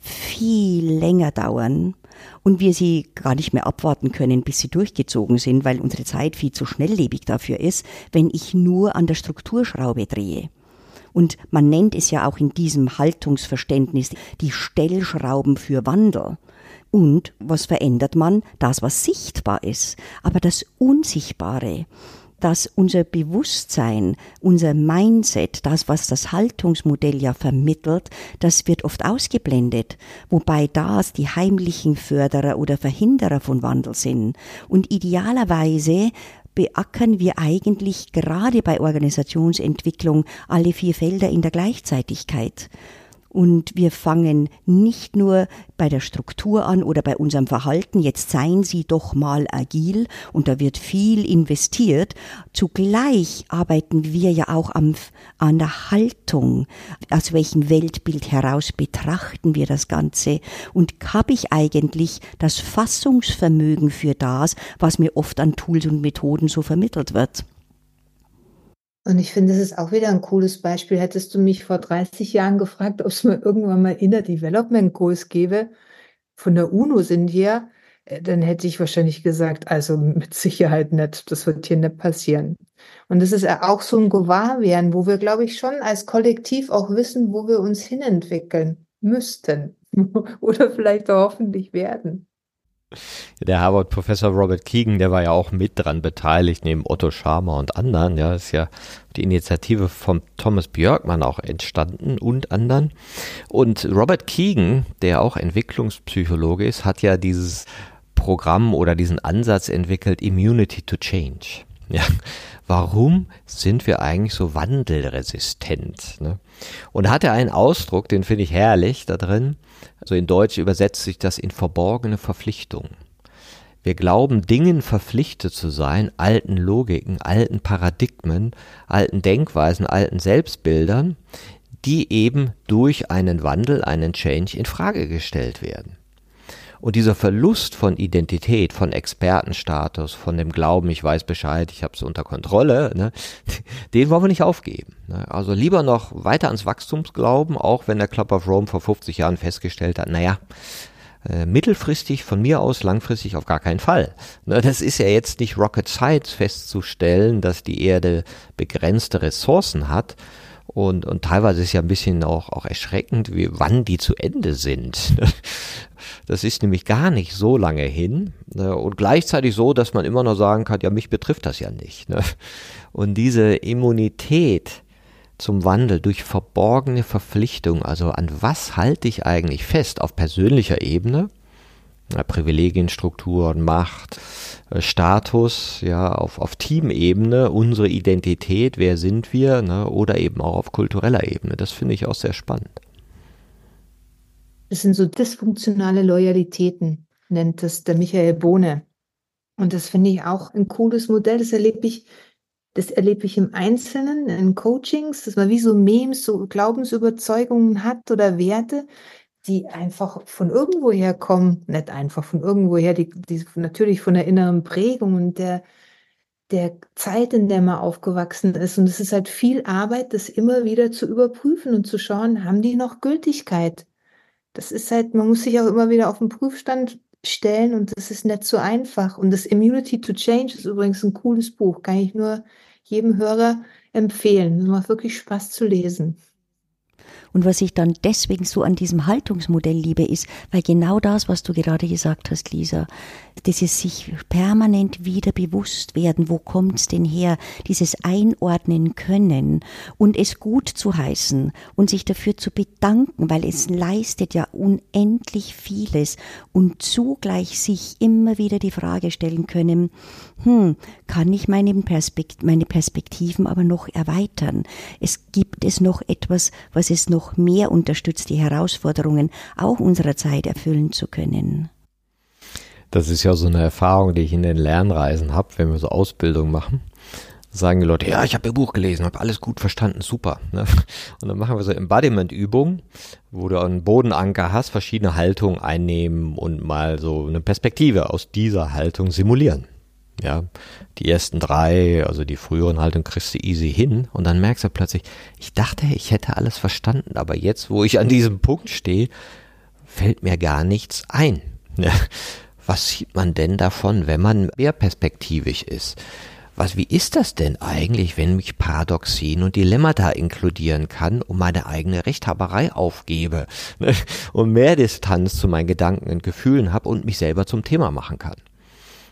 viel länger dauern und wir sie gar nicht mehr abwarten können, bis sie durchgezogen sind, weil unsere Zeit viel zu schnelllebig dafür ist, wenn ich nur an der Strukturschraube drehe. Und man nennt es ja auch in diesem Haltungsverständnis die Stellschrauben für Wandel. Und was verändert man? Das, was sichtbar ist. Aber das Unsichtbare, dass unser Bewusstsein, unser Mindset, das, was das Haltungsmodell ja vermittelt, das wird oft ausgeblendet, wobei das die heimlichen Förderer oder Verhinderer von Wandel sind. Und idealerweise beackern wir eigentlich gerade bei Organisationsentwicklung alle vier Felder in der Gleichzeitigkeit. Und wir fangen nicht nur bei der Struktur an oder bei unserem Verhalten, jetzt seien Sie doch mal agil, und da wird viel investiert. Zugleich arbeiten wir ja auch am, an der Haltung. Aus welchem Weltbild heraus betrachten wir das Ganze? Und habe ich eigentlich das Fassungsvermögen für das, was mir oft an Tools und Methoden so vermittelt wird? Und ich finde, das ist auch wieder ein cooles Beispiel. Hättest du mich vor dreißig Jahren gefragt, ob es mir irgendwann mal Inner Development Goals gäbe, von der UNO sind wir, dann hätte ich wahrscheinlich gesagt, also mit Sicherheit nicht, das wird hier nicht passieren. Und das ist auch so ein Gewahrwerden, wo wir, glaube ich, schon als Kollektiv auch wissen, wo wir uns hinentwickeln müssten oder vielleicht auch hoffentlich werden. Der Harvard-Professor Robert Keegan, der war ja auch mit dran beteiligt, neben Otto Scharmer und anderen. Ja, ist ja die Initiative von Thomas Björkman auch entstanden und anderen. Und Robert Keegan, der auch Entwicklungspsychologe ist, hat ja dieses Programm oder diesen Ansatz entwickelt, Immunity to Change. Ja, warum sind wir eigentlich so wandelresistent? Ne? Und da hat er einen Ausdruck, den finde ich herrlich da drin. Also in Deutsch übersetzt sich das in verborgene Verpflichtung. Wir glauben, Dingen verpflichtet zu sein, alten Logiken, alten Paradigmen, alten Denkweisen, alten Selbstbildern, die eben durch einen Wandel, einen Change in Frage gestellt werden. Und dieser Verlust von Identität, von Expertenstatus, von dem Glauben, ich weiß Bescheid, ich habe es unter Kontrolle, ne, den wollen wir nicht aufgeben. Ne. Also lieber noch weiter ans Wachstumsglauben, auch wenn der Club of Rome vor fünfzig Jahren festgestellt hat, naja, äh, mittelfristig von mir aus, langfristig auf gar keinen Fall. Ne, das ist ja jetzt nicht Rocket Science festzustellen, dass die Erde begrenzte Ressourcen hat. Und, und teilweise ist ja ein bisschen auch, auch erschreckend, wie, wann die zu Ende sind. Das ist nämlich gar nicht so lange hin. Und gleichzeitig so, dass man immer noch sagen kann, ja, mich betrifft das ja nicht. Und diese Immunität zum Wandel durch verborgene Verpflichtung, also an was halte ich eigentlich fest auf persönlicher Ebene? Ja, Privilegienstrukturen, Macht, Status, ja, auf, auf Teamebene, unsere Identität, wer sind wir, ne, oder eben auch auf kultureller Ebene. Das finde ich auch sehr spannend. Das sind so dysfunktionale Loyalitäten, nennt es der Michael Bohne. Und das finde ich auch ein cooles Modell. Das erlebe ich, das erlebe ich im Einzelnen, in Coachings, dass man wie so Memes, so Glaubensüberzeugungen hat oder Werte, die einfach von irgendwoher kommen, nicht einfach von irgendwoher, die, die natürlich von der inneren Prägung und der, der Zeit, in der man aufgewachsen ist. Und es ist halt viel Arbeit, das immer wieder zu überprüfen und zu schauen, haben die noch Gültigkeit? Das ist halt, man muss sich auch immer wieder auf den Prüfstand stellen und das ist nicht so einfach. Und das Immunity to Change ist übrigens ein cooles Buch, kann ich nur jedem Hörer empfehlen. Es macht wirklich Spaß zu lesen. Und was ich dann deswegen so an diesem Haltungsmodell liebe, ist, weil genau das, was du gerade gesagt hast, Lisa, dieses sich permanent wieder bewusst werden, wo kommt's denn her, dieses Einordnen können und es gut zu heißen und sich dafür zu bedanken, weil es leistet ja unendlich vieles und zugleich sich immer wieder die Frage stellen können, hm, kann ich meine, Perspekt- meine Perspektiven aber noch erweitern? Es gibt es noch etwas, was es noch mehr unterstützt, die Herausforderungen auch unserer Zeit erfüllen zu können. Das ist ja so eine Erfahrung, die ich in den Lernreisen habe, wenn wir so Ausbildung machen. Sagen die Leute, ja, ich habe Ihr Buch gelesen, habe alles gut verstanden, super. Und dann machen wir so Embodiment-Übungen, wo du einen Bodenanker hast, verschiedene Haltungen einnehmen und mal so eine Perspektive aus dieser Haltung simulieren. Ja, die ersten drei, also die früheren Haltungen kriegst du easy hin und dann merkst du plötzlich, ich dachte, ich hätte alles verstanden, aber jetzt, wo ich an diesem Punkt stehe, fällt mir gar nichts ein. Ja, was sieht man denn davon, wenn man mehr perspektivisch ist? Was, wie ist das denn eigentlich, wenn ich Paradoxien und Dilemmata inkludieren kann und meine eigene Rechthaberei aufgebe und mehr Distanz zu meinen Gedanken und Gefühlen habe und mich selber zum Thema machen kann?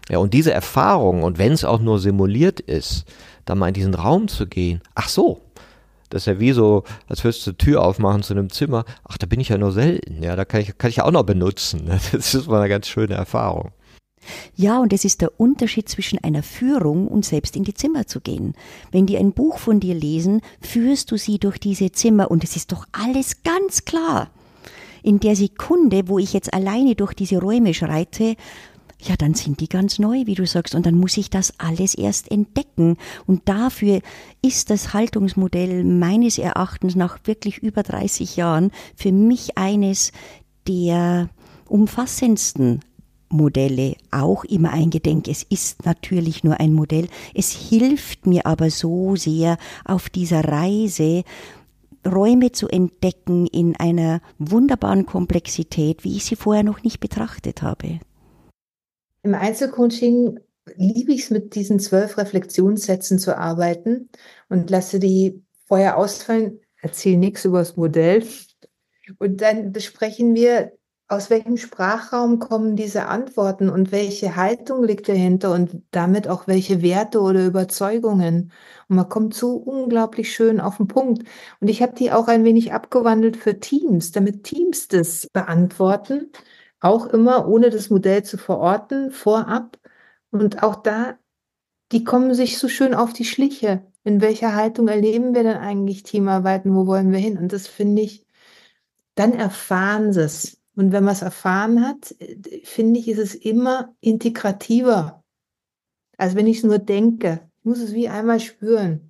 Ja, und diese Erfahrung, und wenn es auch nur simuliert ist, da mal in diesen Raum zu gehen, ach so, das ist ja wie so, als würdest du eine Tür aufmachen zu einem Zimmer, ach, da bin ich ja nur selten, ja, da kann ich, kann ich ja auch noch benutzen. Das ist mal eine ganz schöne Erfahrung. Ja, und es ist der Unterschied zwischen einer Führung und selbst in die Zimmer zu gehen. Wenn die ein Buch von dir lesen, führst du sie durch diese Zimmer und es ist doch alles ganz klar. In der Sekunde, wo ich jetzt alleine durch diese Räume schreite, ja, dann sind die ganz neu, wie du sagst, und dann muss ich das alles erst entdecken. Und dafür ist das Haltungsmodell meines Erachtens nach wirklich über dreißig Jahren für mich eines der umfassendsten Modelle, auch immer eingedenk. Es ist natürlich nur ein Modell. Es hilft mir aber so sehr auf dieser Reise, Räume zu entdecken in einer wunderbaren Komplexität, wie ich sie vorher noch nicht betrachtet habe. Im Einzelcoaching liebe ich es, mit diesen zwölf Reflexionssätzen zu arbeiten und lasse die vorher ausfallen, erzähle nichts über das Modell und dann besprechen wir, aus welchem Sprachraum kommen diese Antworten und welche Haltung liegt dahinter und damit auch welche Werte oder Überzeugungen. Und man kommt so unglaublich schön auf den Punkt. Und ich habe die auch ein wenig abgewandelt für Teams, damit Teams das beantworten, auch immer ohne das Modell zu verorten, vorab. Und auch da, die kommen sich so schön auf die Schliche. In welcher Haltung erleben wir denn eigentlich Teamarbeiten? Wo wollen wir hin? Und das finde ich, dann erfahren sie es. Und wenn man es erfahren hat, finde ich, ist es immer integrativer, als wenn ich es nur denke. Ich muss es wie einmal spüren.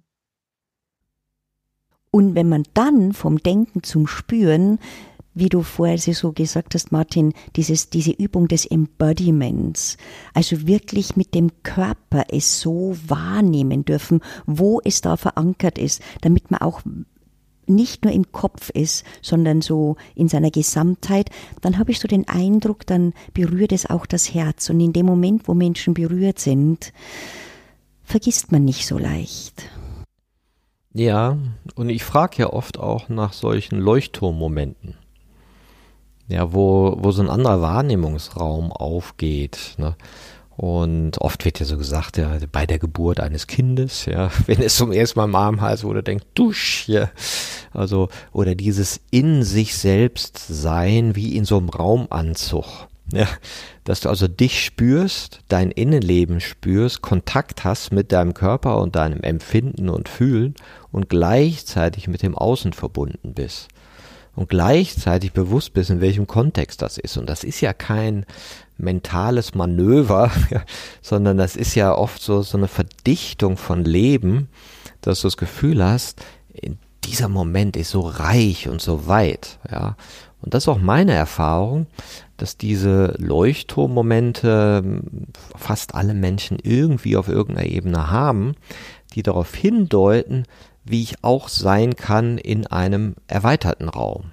Und wenn man dann vom Denken zum Spüren, wie du vorher so gesagt hast, Martin, dieses, diese Übung des Embodiments, also wirklich mit dem Körper es so wahrnehmen dürfen, wo es da verankert ist, damit man auch nicht nur im Kopf ist, sondern so in seiner Gesamtheit, dann habe ich so den Eindruck, dann berührt es auch das Herz. Und in dem Moment, wo Menschen berührt sind, vergisst man nicht so leicht. Ja, und ich frage ja oft auch nach solchen Leuchtturmmomenten. Ja, wo, wo so ein anderer Wahrnehmungsraum aufgeht, ne? Und oft wird ja so gesagt, ja, bei der Geburt eines Kindes, ja, wenn es zum ersten Mal im Armhals wurde, denkt, dusch, ja. Also, oder dieses in sich selbst sein, wie in so einem Raumanzug, ja. Dass du also dich spürst, dein Innenleben spürst, Kontakt hast mit deinem Körper und deinem Empfinden und Fühlen und gleichzeitig mit dem Außen verbunden bist. Und gleichzeitig bewusst bist, in welchem Kontext das ist. Und das ist ja kein mentales Manöver, ja, sondern das ist ja oft so, so eine Verdichtung von Leben, dass du das Gefühl hast, in dieser Moment ist so reich und so weit. Ja. Und das ist auch meine Erfahrung, dass diese Leuchtturmmomente fast alle Menschen irgendwie auf irgendeiner Ebene haben, die darauf hindeuten, wie ich auch sein kann in einem erweiterten Raum.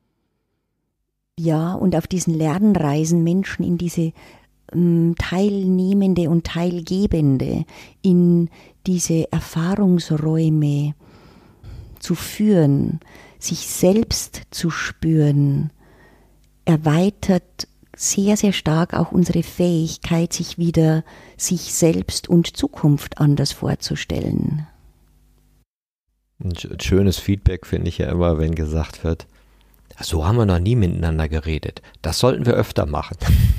Ja, und auf diesen Lernreisen Menschen in diese ähm, teilnehmende und teilgebende, in diese Erfahrungsräume zu führen, sich selbst zu spüren, erweitert sehr, sehr stark auch unsere Fähigkeit, sich wieder sich selbst und Zukunft anders vorzustellen. Ein schönes Feedback finde ich ja immer, wenn gesagt wird, so haben wir noch nie miteinander geredet. Das sollten wir öfter machen.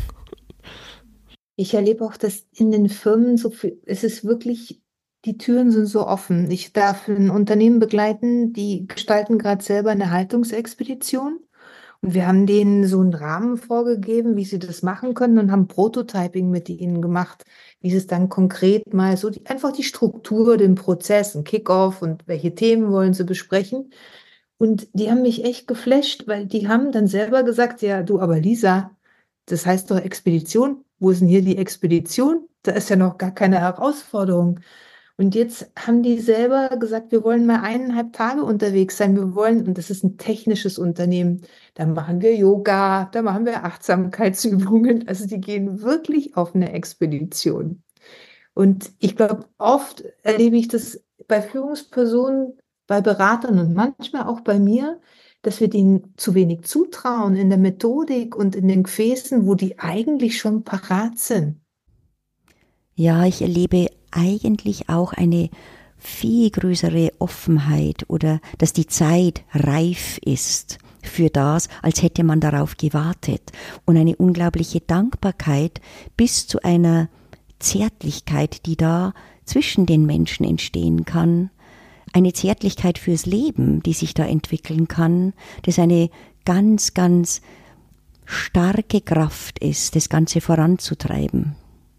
Ich erlebe auch, dass in den Firmen so viel, es ist wirklich, die Türen sind so offen. Ich darf ein Unternehmen begleiten, die gestalten gerade selber eine Haltungsexpedition. Und wir haben denen so einen Rahmen vorgegeben, wie sie das machen können und haben Prototyping mit ihnen gemacht, wie sie es dann konkret mal so, die, einfach die Struktur, den Prozess, ein Kickoff und welche Themen wollen sie besprechen. Und die haben mich echt geflasht, weil die haben dann selber gesagt, ja, du, aber Lisa, das heißt doch Expedition. Wo ist denn hier die Expedition? Da ist ja noch gar keine Herausforderung. Und jetzt haben die selber gesagt, wir wollen mal eineinhalb Tage unterwegs sein. Wir wollen, und das ist ein technisches Unternehmen, da machen wir Yoga, da machen wir Achtsamkeitsübungen. Also die gehen wirklich auf eine Expedition. Und ich glaube, oft erlebe ich das bei Führungspersonen, bei Beratern und manchmal auch bei mir, dass wir denen zu wenig zutrauen in der Methodik und in den Gefäßen, wo die eigentlich schon parat sind. Ja, ich erlebe eigentlich auch eine viel größere Offenheit oder dass die Zeit reif ist für das, als hätte man darauf gewartet. Und eine unglaubliche Dankbarkeit bis zu einer Zärtlichkeit, die da zwischen den Menschen entstehen kann. Eine Zärtlichkeit fürs Leben, die sich da entwickeln kann, das eine ganz, ganz starke Kraft ist, das Ganze voranzutreiben.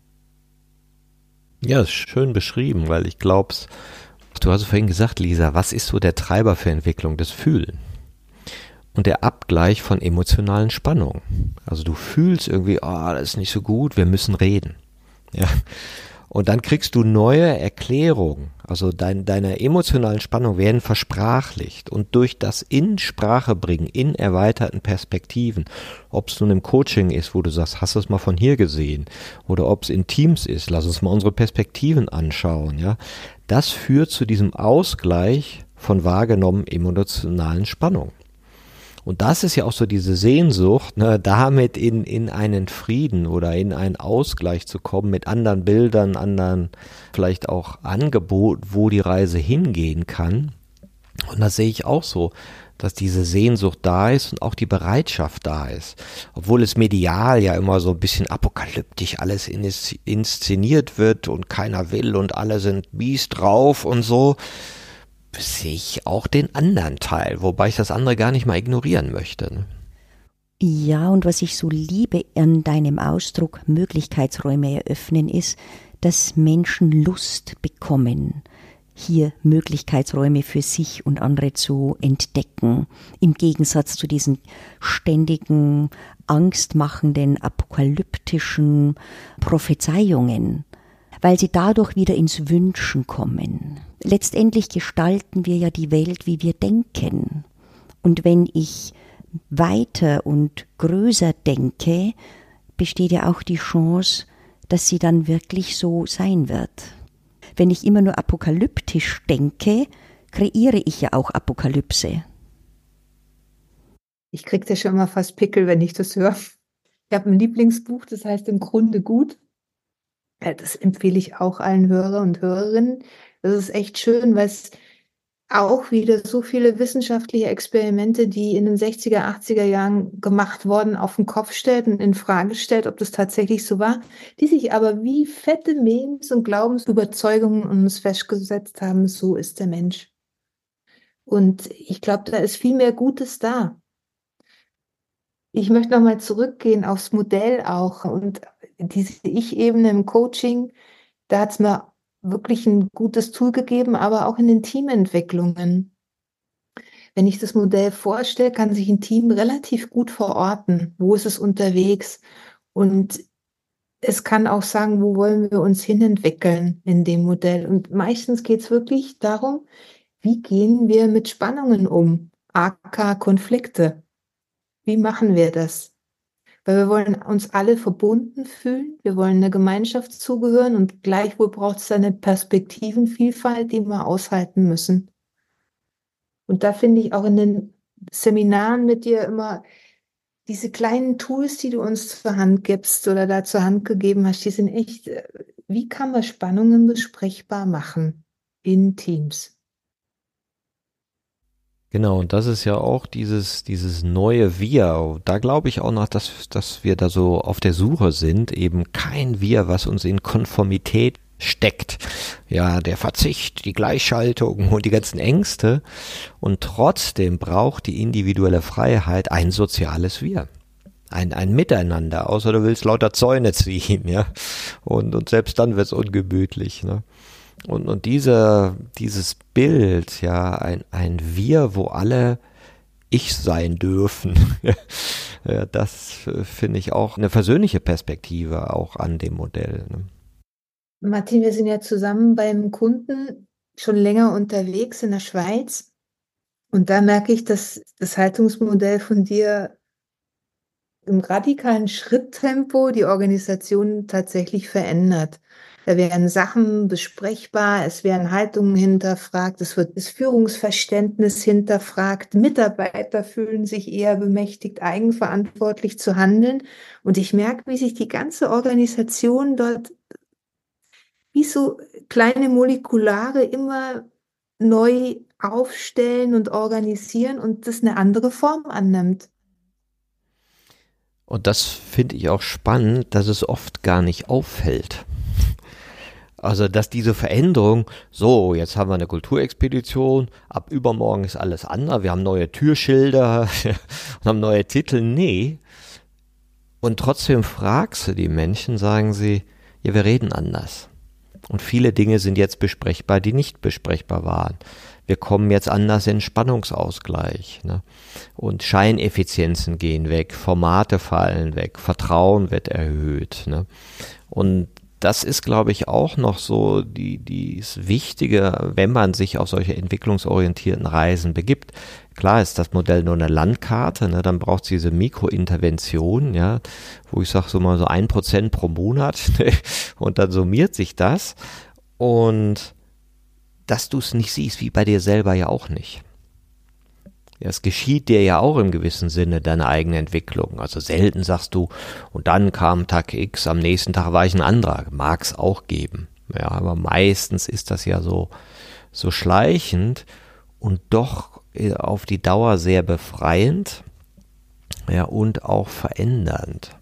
Ja, ist schön beschrieben, weil ich glaube, du hast vorhin gesagt, Lisa, was ist so der Treiber für Entwicklung? Das Fühlen. Und der Abgleich von emotionalen Spannungen. Also du fühlst irgendwie, oh, das ist nicht so gut, wir müssen reden. Ja. Und dann kriegst du neue Erklärungen, also dein, deine emotionalen Spannungen werden versprachlicht und durch das in Sprache bringen, in erweiterten Perspektiven, ob es nun im Coaching ist, wo du sagst, hast du es mal von hier gesehen, oder ob es in Teams ist, lass uns mal unsere Perspektiven anschauen, ja, das führt zu diesem Ausgleich von wahrgenommenen emotionalen Spannungen. Und das ist ja auch so diese Sehnsucht, ne, damit in, in einen Frieden oder in einen Ausgleich zu kommen mit anderen Bildern, anderen vielleicht auch Angeboten, wo die Reise hingehen kann. Und das sehe ich auch so, dass diese Sehnsucht da ist und auch die Bereitschaft da ist. Obwohl es medial ja immer so ein bisschen apokalyptisch alles inszeniert wird und keiner will und alle sind mies drauf und so, sehe ich auch den anderen Teil, wobei ich das andere gar nicht mal ignorieren möchte. Ja, und was ich so liebe an deinem Ausdruck Möglichkeitsräume eröffnen ist, dass Menschen Lust bekommen, hier Möglichkeitsräume für sich und andere zu entdecken, im Gegensatz zu diesen ständigen, angstmachenden, apokalyptischen Prophezeiungen, weil sie dadurch wieder ins Wünschen kommen. Letztendlich gestalten wir ja die Welt, wie wir denken. Und wenn ich weiter und größer denke, besteht ja auch die Chance, dass sie dann wirklich so sein wird. Wenn ich immer nur apokalyptisch denke, kreiere ich ja auch Apokalypse. Ich kriege da schon mal fast Pickel, wenn ich das höre. Ich habe ein Lieblingsbuch, das heißt im Grunde gut. Das empfehle ich auch allen Hörer und Hörerinnen. Das ist echt schön, weil es auch wieder so viele wissenschaftliche Experimente, die in den sechziger, achtziger Jahren gemacht wurden, auf den Kopf stellt und in Frage stellt, ob das tatsächlich so war, die sich aber wie fette Memes und Glaubensüberzeugungen uns festgesetzt haben, so ist der Mensch. Und ich glaube, da ist viel mehr Gutes da. Ich möchte nochmal zurückgehen aufs Modell auch und diese Ich-Ebene im Coaching, da hat es mir wirklich ein gutes Tool gegeben, aber auch in den Teamentwicklungen. Wenn ich das Modell vorstelle, kann sich ein Team relativ gut verorten, wo ist es unterwegs und es kann auch sagen, wo wollen wir uns hinentwickeln in dem Modell. Und meistens geht es wirklich darum, wie gehen wir mit Spannungen um, aka Konflikte. Wie machen wir das? Weil wir wollen uns alle verbunden fühlen, wir wollen einer Gemeinschaft zugehören und gleichwohl braucht es eine Perspektivenvielfalt, die wir aushalten müssen. Und da finde ich auch in den Seminaren mit dir immer diese kleinen Tools, die du uns zur Hand gibst oder da zur Hand gegeben hast, die sind echt, wie kann man Spannungen besprechbar machen in Teams? Genau, und das ist ja auch dieses, dieses neue Wir. Da glaube ich auch noch, dass, dass wir da so auf der Suche sind, eben kein Wir, was uns in Konformität steckt. Ja, der Verzicht, die Gleichschaltung und die ganzen Ängste. Und trotzdem braucht die individuelle Freiheit ein soziales Wir. Ein, ein Miteinander, außer du willst lauter Zäune ziehen, ja. Und, und selbst dann wird's ungemütlich, ne. Und, und diese, dieses Bild, ja, ein, ein Wir, wo alle ich sein dürfen, ja, das finde ich auch eine versöhnliche Perspektive auch an dem Modell. Ne? Martin, wir sind ja zusammen beim Kunden schon länger unterwegs in der Schweiz und da merke ich, dass das Haltungsmodell von dir im radikalen Schritttempo die Organisation tatsächlich verändert. Da werden Sachen besprechbar, es werden Haltungen hinterfragt, es wird das Führungsverständnis hinterfragt, Mitarbeiter fühlen sich eher bemächtigt, eigenverantwortlich zu handeln. Und ich merke, wie sich die ganze Organisation dort wie so kleine Molekulare immer neu aufstellen und organisieren und das eine andere Form annimmt. Und das finde ich auch spannend, dass es oft gar nicht auffällt. Also, dass diese Veränderung, so, jetzt haben wir eine Kulturexpedition, ab übermorgen ist alles anders, wir haben neue Türschilder und haben neue Titel, nee. Und trotzdem fragst du die Menschen, sagen sie, ja, wir reden anders. Und viele Dinge sind jetzt besprechbar, die nicht besprechbar waren. Wir kommen jetzt anders in Spannungsausgleich, ne? Und Scheineffizienzen gehen weg, Formate fallen weg, Vertrauen wird erhöht, ne? Und das ist, glaube ich, auch noch so die, die Wichtige, wenn man sich auf solche entwicklungsorientierten Reisen begibt. Klar ist das Modell nur eine Landkarte, ne? Dann braucht es diese Mikrointervention, ja, wo ich sage so mal so ein Prozent pro Monat und dann summiert sich das. Und dass du es nicht siehst, wie bei dir selber ja auch nicht. Ja, es geschieht dir ja auch im gewissen Sinne deine eigene Entwicklung. Also selten sagst du, und dann kam Tag X, am nächsten Tag war ich ein anderer. Mag es auch geben. Ja, aber meistens ist das ja so, so schleichend und doch auf die Dauer sehr befreiend, ja, und auch verändernd.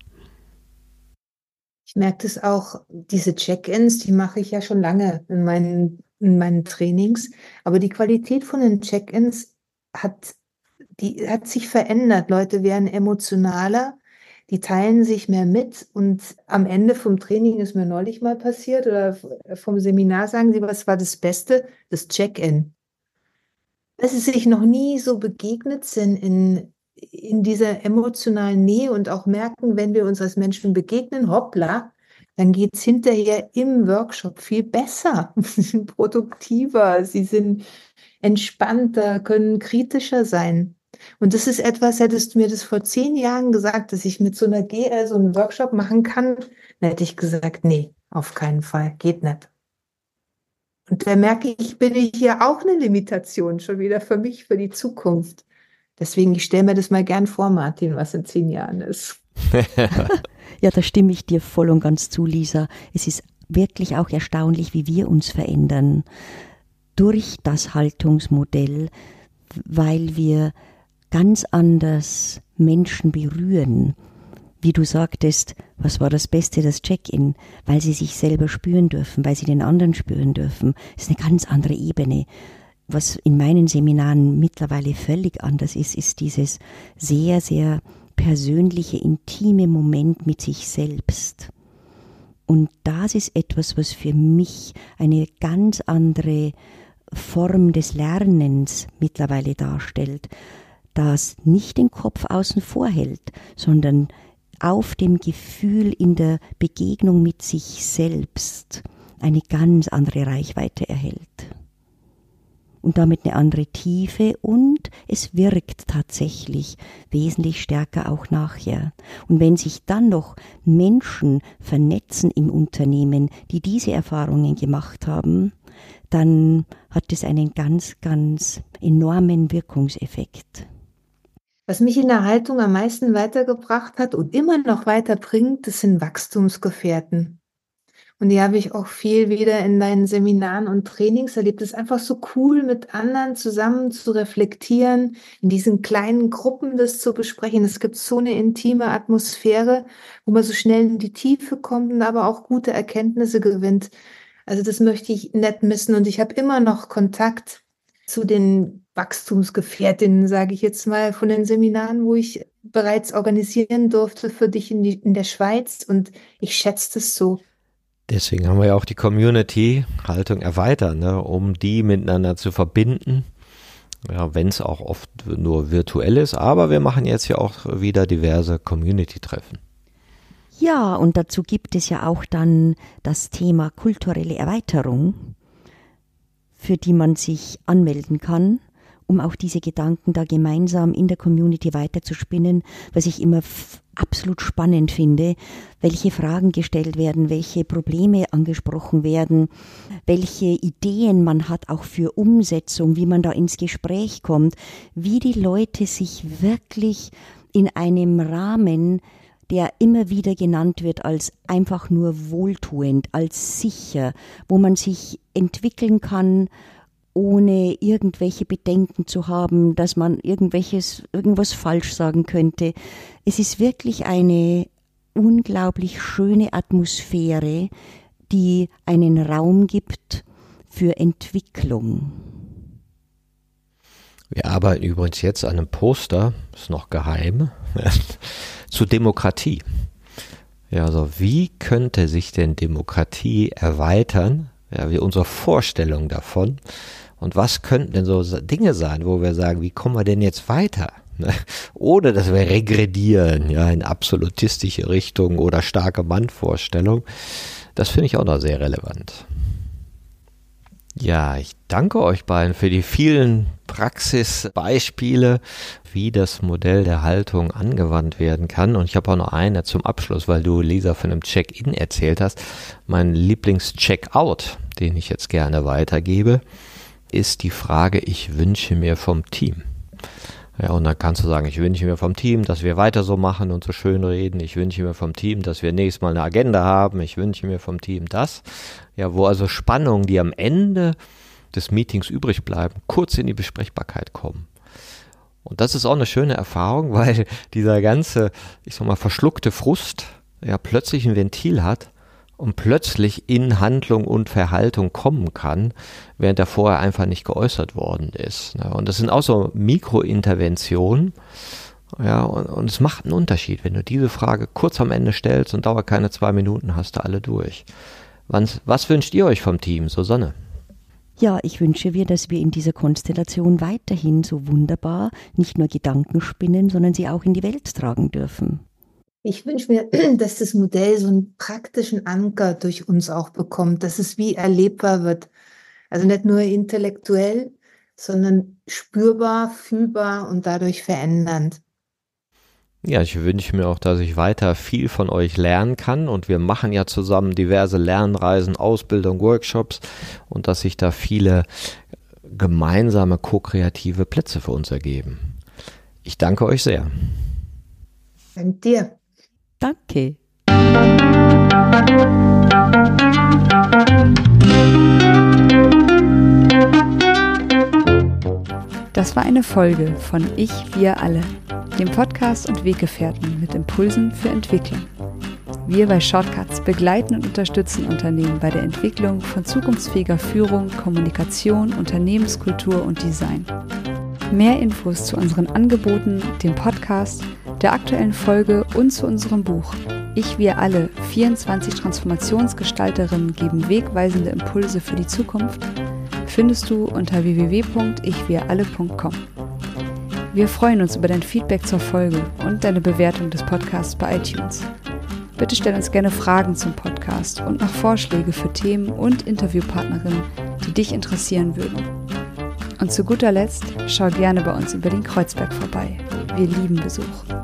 Ich merke das auch, diese Check-ins, die mache ich ja schon lange in meinen, in meinen Trainings, aber die Qualität von den Check-ins hat, die hat sich verändert. Leute werden emotionaler, die teilen sich mehr mit und am Ende vom Training ist mir neulich mal passiert oder vom Seminar sagen sie, was war das Beste? Das Check-in. Dass sie sich noch nie so begegnet sind in, in dieser emotionalen Nähe und auch merken, wenn wir uns als Menschen begegnen, hoppla, dann geht es hinterher im Workshop viel besser. Sie sind produktiver, sie sind entspannter, können kritischer sein. Und das ist etwas, hättest du mir das vor zehn Jahren gesagt, dass ich mit so einer G L so einen Workshop machen kann, dann hätte ich gesagt, nee, auf keinen Fall, geht nicht. Und da merke ich, bin ich hier auch eine Limitation schon wieder für mich, für die Zukunft. Deswegen, ich stelle mir das mal gern vor, Martin, was in zehn Jahren ist. Ja, da stimme ich dir voll und ganz zu, Lisa. Es ist wirklich auch erstaunlich, wie wir uns verändern durch das Haltungsmodell, weil wir ganz anders Menschen berühren. Wie du sagtest, was war das Beste, das Check-in, weil sie sich selber spüren dürfen, weil sie den anderen spüren dürfen. Das ist eine ganz andere Ebene. Was in meinen Seminaren mittlerweile völlig anders ist, ist dieses sehr, sehr persönliche, intime Moment mit sich selbst. Und das ist etwas, was für mich eine ganz andere Form des Lernens mittlerweile darstellt, das nicht den Kopf außen vor hält, sondern auf dem Gefühl in der Begegnung mit sich selbst eine ganz andere Reichweite erhält. Und damit eine andere Tiefe und es wirkt tatsächlich wesentlich stärker auch nachher. Und wenn sich dann noch Menschen vernetzen im Unternehmen, die diese Erfahrungen gemacht haben, dann hat es einen ganz, ganz enormen Wirkungseffekt. Was mich in der Haltung am meisten weitergebracht hat und immer noch weiterbringt, das sind Wachstumsgefährten. Und die habe ich auch viel wieder in deinen Seminaren und Trainings erlebt. Es ist einfach so cool, mit anderen zusammen zu reflektieren, in diesen kleinen Gruppen das zu besprechen. Es gibt so eine intime Atmosphäre, wo man so schnell in die Tiefe kommt und aber auch gute Erkenntnisse gewinnt. Also das möchte ich nicht missen. Und ich habe immer noch Kontakt zu den Wachstumsgefährtinnen, sage ich jetzt mal, von den Seminaren, wo ich bereits organisieren durfte für dich in, die, in der Schweiz. Und ich schätze das so. Deswegen haben wir ja auch die Community-Haltung erweitert, ne, um die miteinander zu verbinden. Ja, wenn es auch oft nur virtuell ist, aber wir machen jetzt ja auch wieder diverse Community-Treffen. Ja, und dazu gibt es ja auch dann das Thema kulturelle Erweiterung, für die man sich anmelden kann, um auch diese Gedanken da gemeinsam in der Community weiterzuspinnen, was ich immer f- absolut spannend finde, welche Fragen gestellt werden, welche Probleme angesprochen werden, welche Ideen man hat auch für Umsetzung, wie man da ins Gespräch kommt, wie die Leute sich wirklich in einem Rahmen der immer wieder genannt wird als einfach nur wohltuend, als sicher, wo man sich entwickeln kann, ohne irgendwelche Bedenken zu haben, dass man irgendwelches, irgendwas falsch sagen könnte. Es ist wirklich eine unglaublich schöne Atmosphäre, die einen Raum gibt für Entwicklung. Wir arbeiten übrigens jetzt an einem Poster, ist noch geheim, zu Demokratie. Ja, also wie könnte sich denn Demokratie erweitern? Ja, wie unsere Vorstellung davon. Und was könnten denn so Dinge sein, wo wir sagen, wie kommen wir denn jetzt weiter? Ne? Ohne dass wir regredieren, ja, in absolutistische Richtung oder starke Mannvorstellung. Das finde ich auch noch sehr relevant. Ja, ich danke euch beiden für die vielen Praxisbeispiele, wie das Modell der Haltung angewandt werden kann. Und ich habe auch noch eine zum Abschluss, weil du, Lisa, von einem Check-in erzählt hast. Mein Lieblings-Check-out, den ich jetzt gerne weitergebe, ist die Frage, ich wünsche mir vom Team. Ja, und dann kannst du sagen, ich wünsche mir vom Team, dass wir weiter so machen und so schön reden. Ich wünsche mir vom Team, dass wir nächstes Mal eine Agenda haben. Ich wünsche mir vom Team das. Ja, wo also Spannungen, die am Ende des Meetings übrig bleiben, kurz in die Besprechbarkeit kommen. Und das ist auch eine schöne Erfahrung, weil dieser ganze, ich sag mal, verschluckte Frust ja plötzlich ein Ventil hat und plötzlich in Handlung und Verhaltung kommen kann, während er vorher einfach nicht geäußert worden ist. Und das sind auch so Mikrointerventionen, ja, und, und es macht einen Unterschied, wenn du diese Frage kurz am Ende stellst und dauert keine zwei Minuten, hast du alle durch. Was, was wünscht ihr euch vom Team, Susanne? Ja, ich wünsche mir, dass wir in dieser Konstellation weiterhin so wunderbar nicht nur Gedanken spinnen, sondern sie auch in die Welt tragen dürfen. Ich wünsche mir, dass das Modell so einen praktischen Anker durch uns auch bekommt, dass es wie erlebbar wird. Also nicht nur intellektuell, sondern spürbar, fühlbar und dadurch verändernd. Ja, ich wünsche mir auch, dass ich weiter viel von euch lernen kann, und wir machen ja zusammen diverse Lernreisen, Ausbildung, Workshops, und dass sich da viele gemeinsame ko-kreative Plätze für uns ergeben. Ich danke euch sehr. Dank dir. Danke. Das war eine Folge von Ich, wir alle, dem Podcast und Weggefährten mit Impulsen für Entwicklung. Wir bei Shortcuts begleiten und unterstützen Unternehmen bei der Entwicklung von zukunftsfähiger Führung, Kommunikation, Unternehmenskultur und Design. Mehr Infos zu unseren Angeboten, dem Podcast, der aktuellen Folge und zu unserem Buch Ich, wir alle, vierundzwanzig Transformationsgestalterinnen geben wegweisende Impulse für die Zukunft, findest du unter w w w punkt ich wir alle punkt com. Wir freuen uns über dein Feedback zur Folge und deine Bewertung des Podcasts bei iTunes. Bitte stell uns gerne Fragen zum Podcast und noch Vorschläge für Themen und Interviewpartnerinnen, die dich interessieren würden. Und zu guter Letzt schau gerne bei uns in Berlin-Kreuzberg vorbei. Wir lieben Besuch.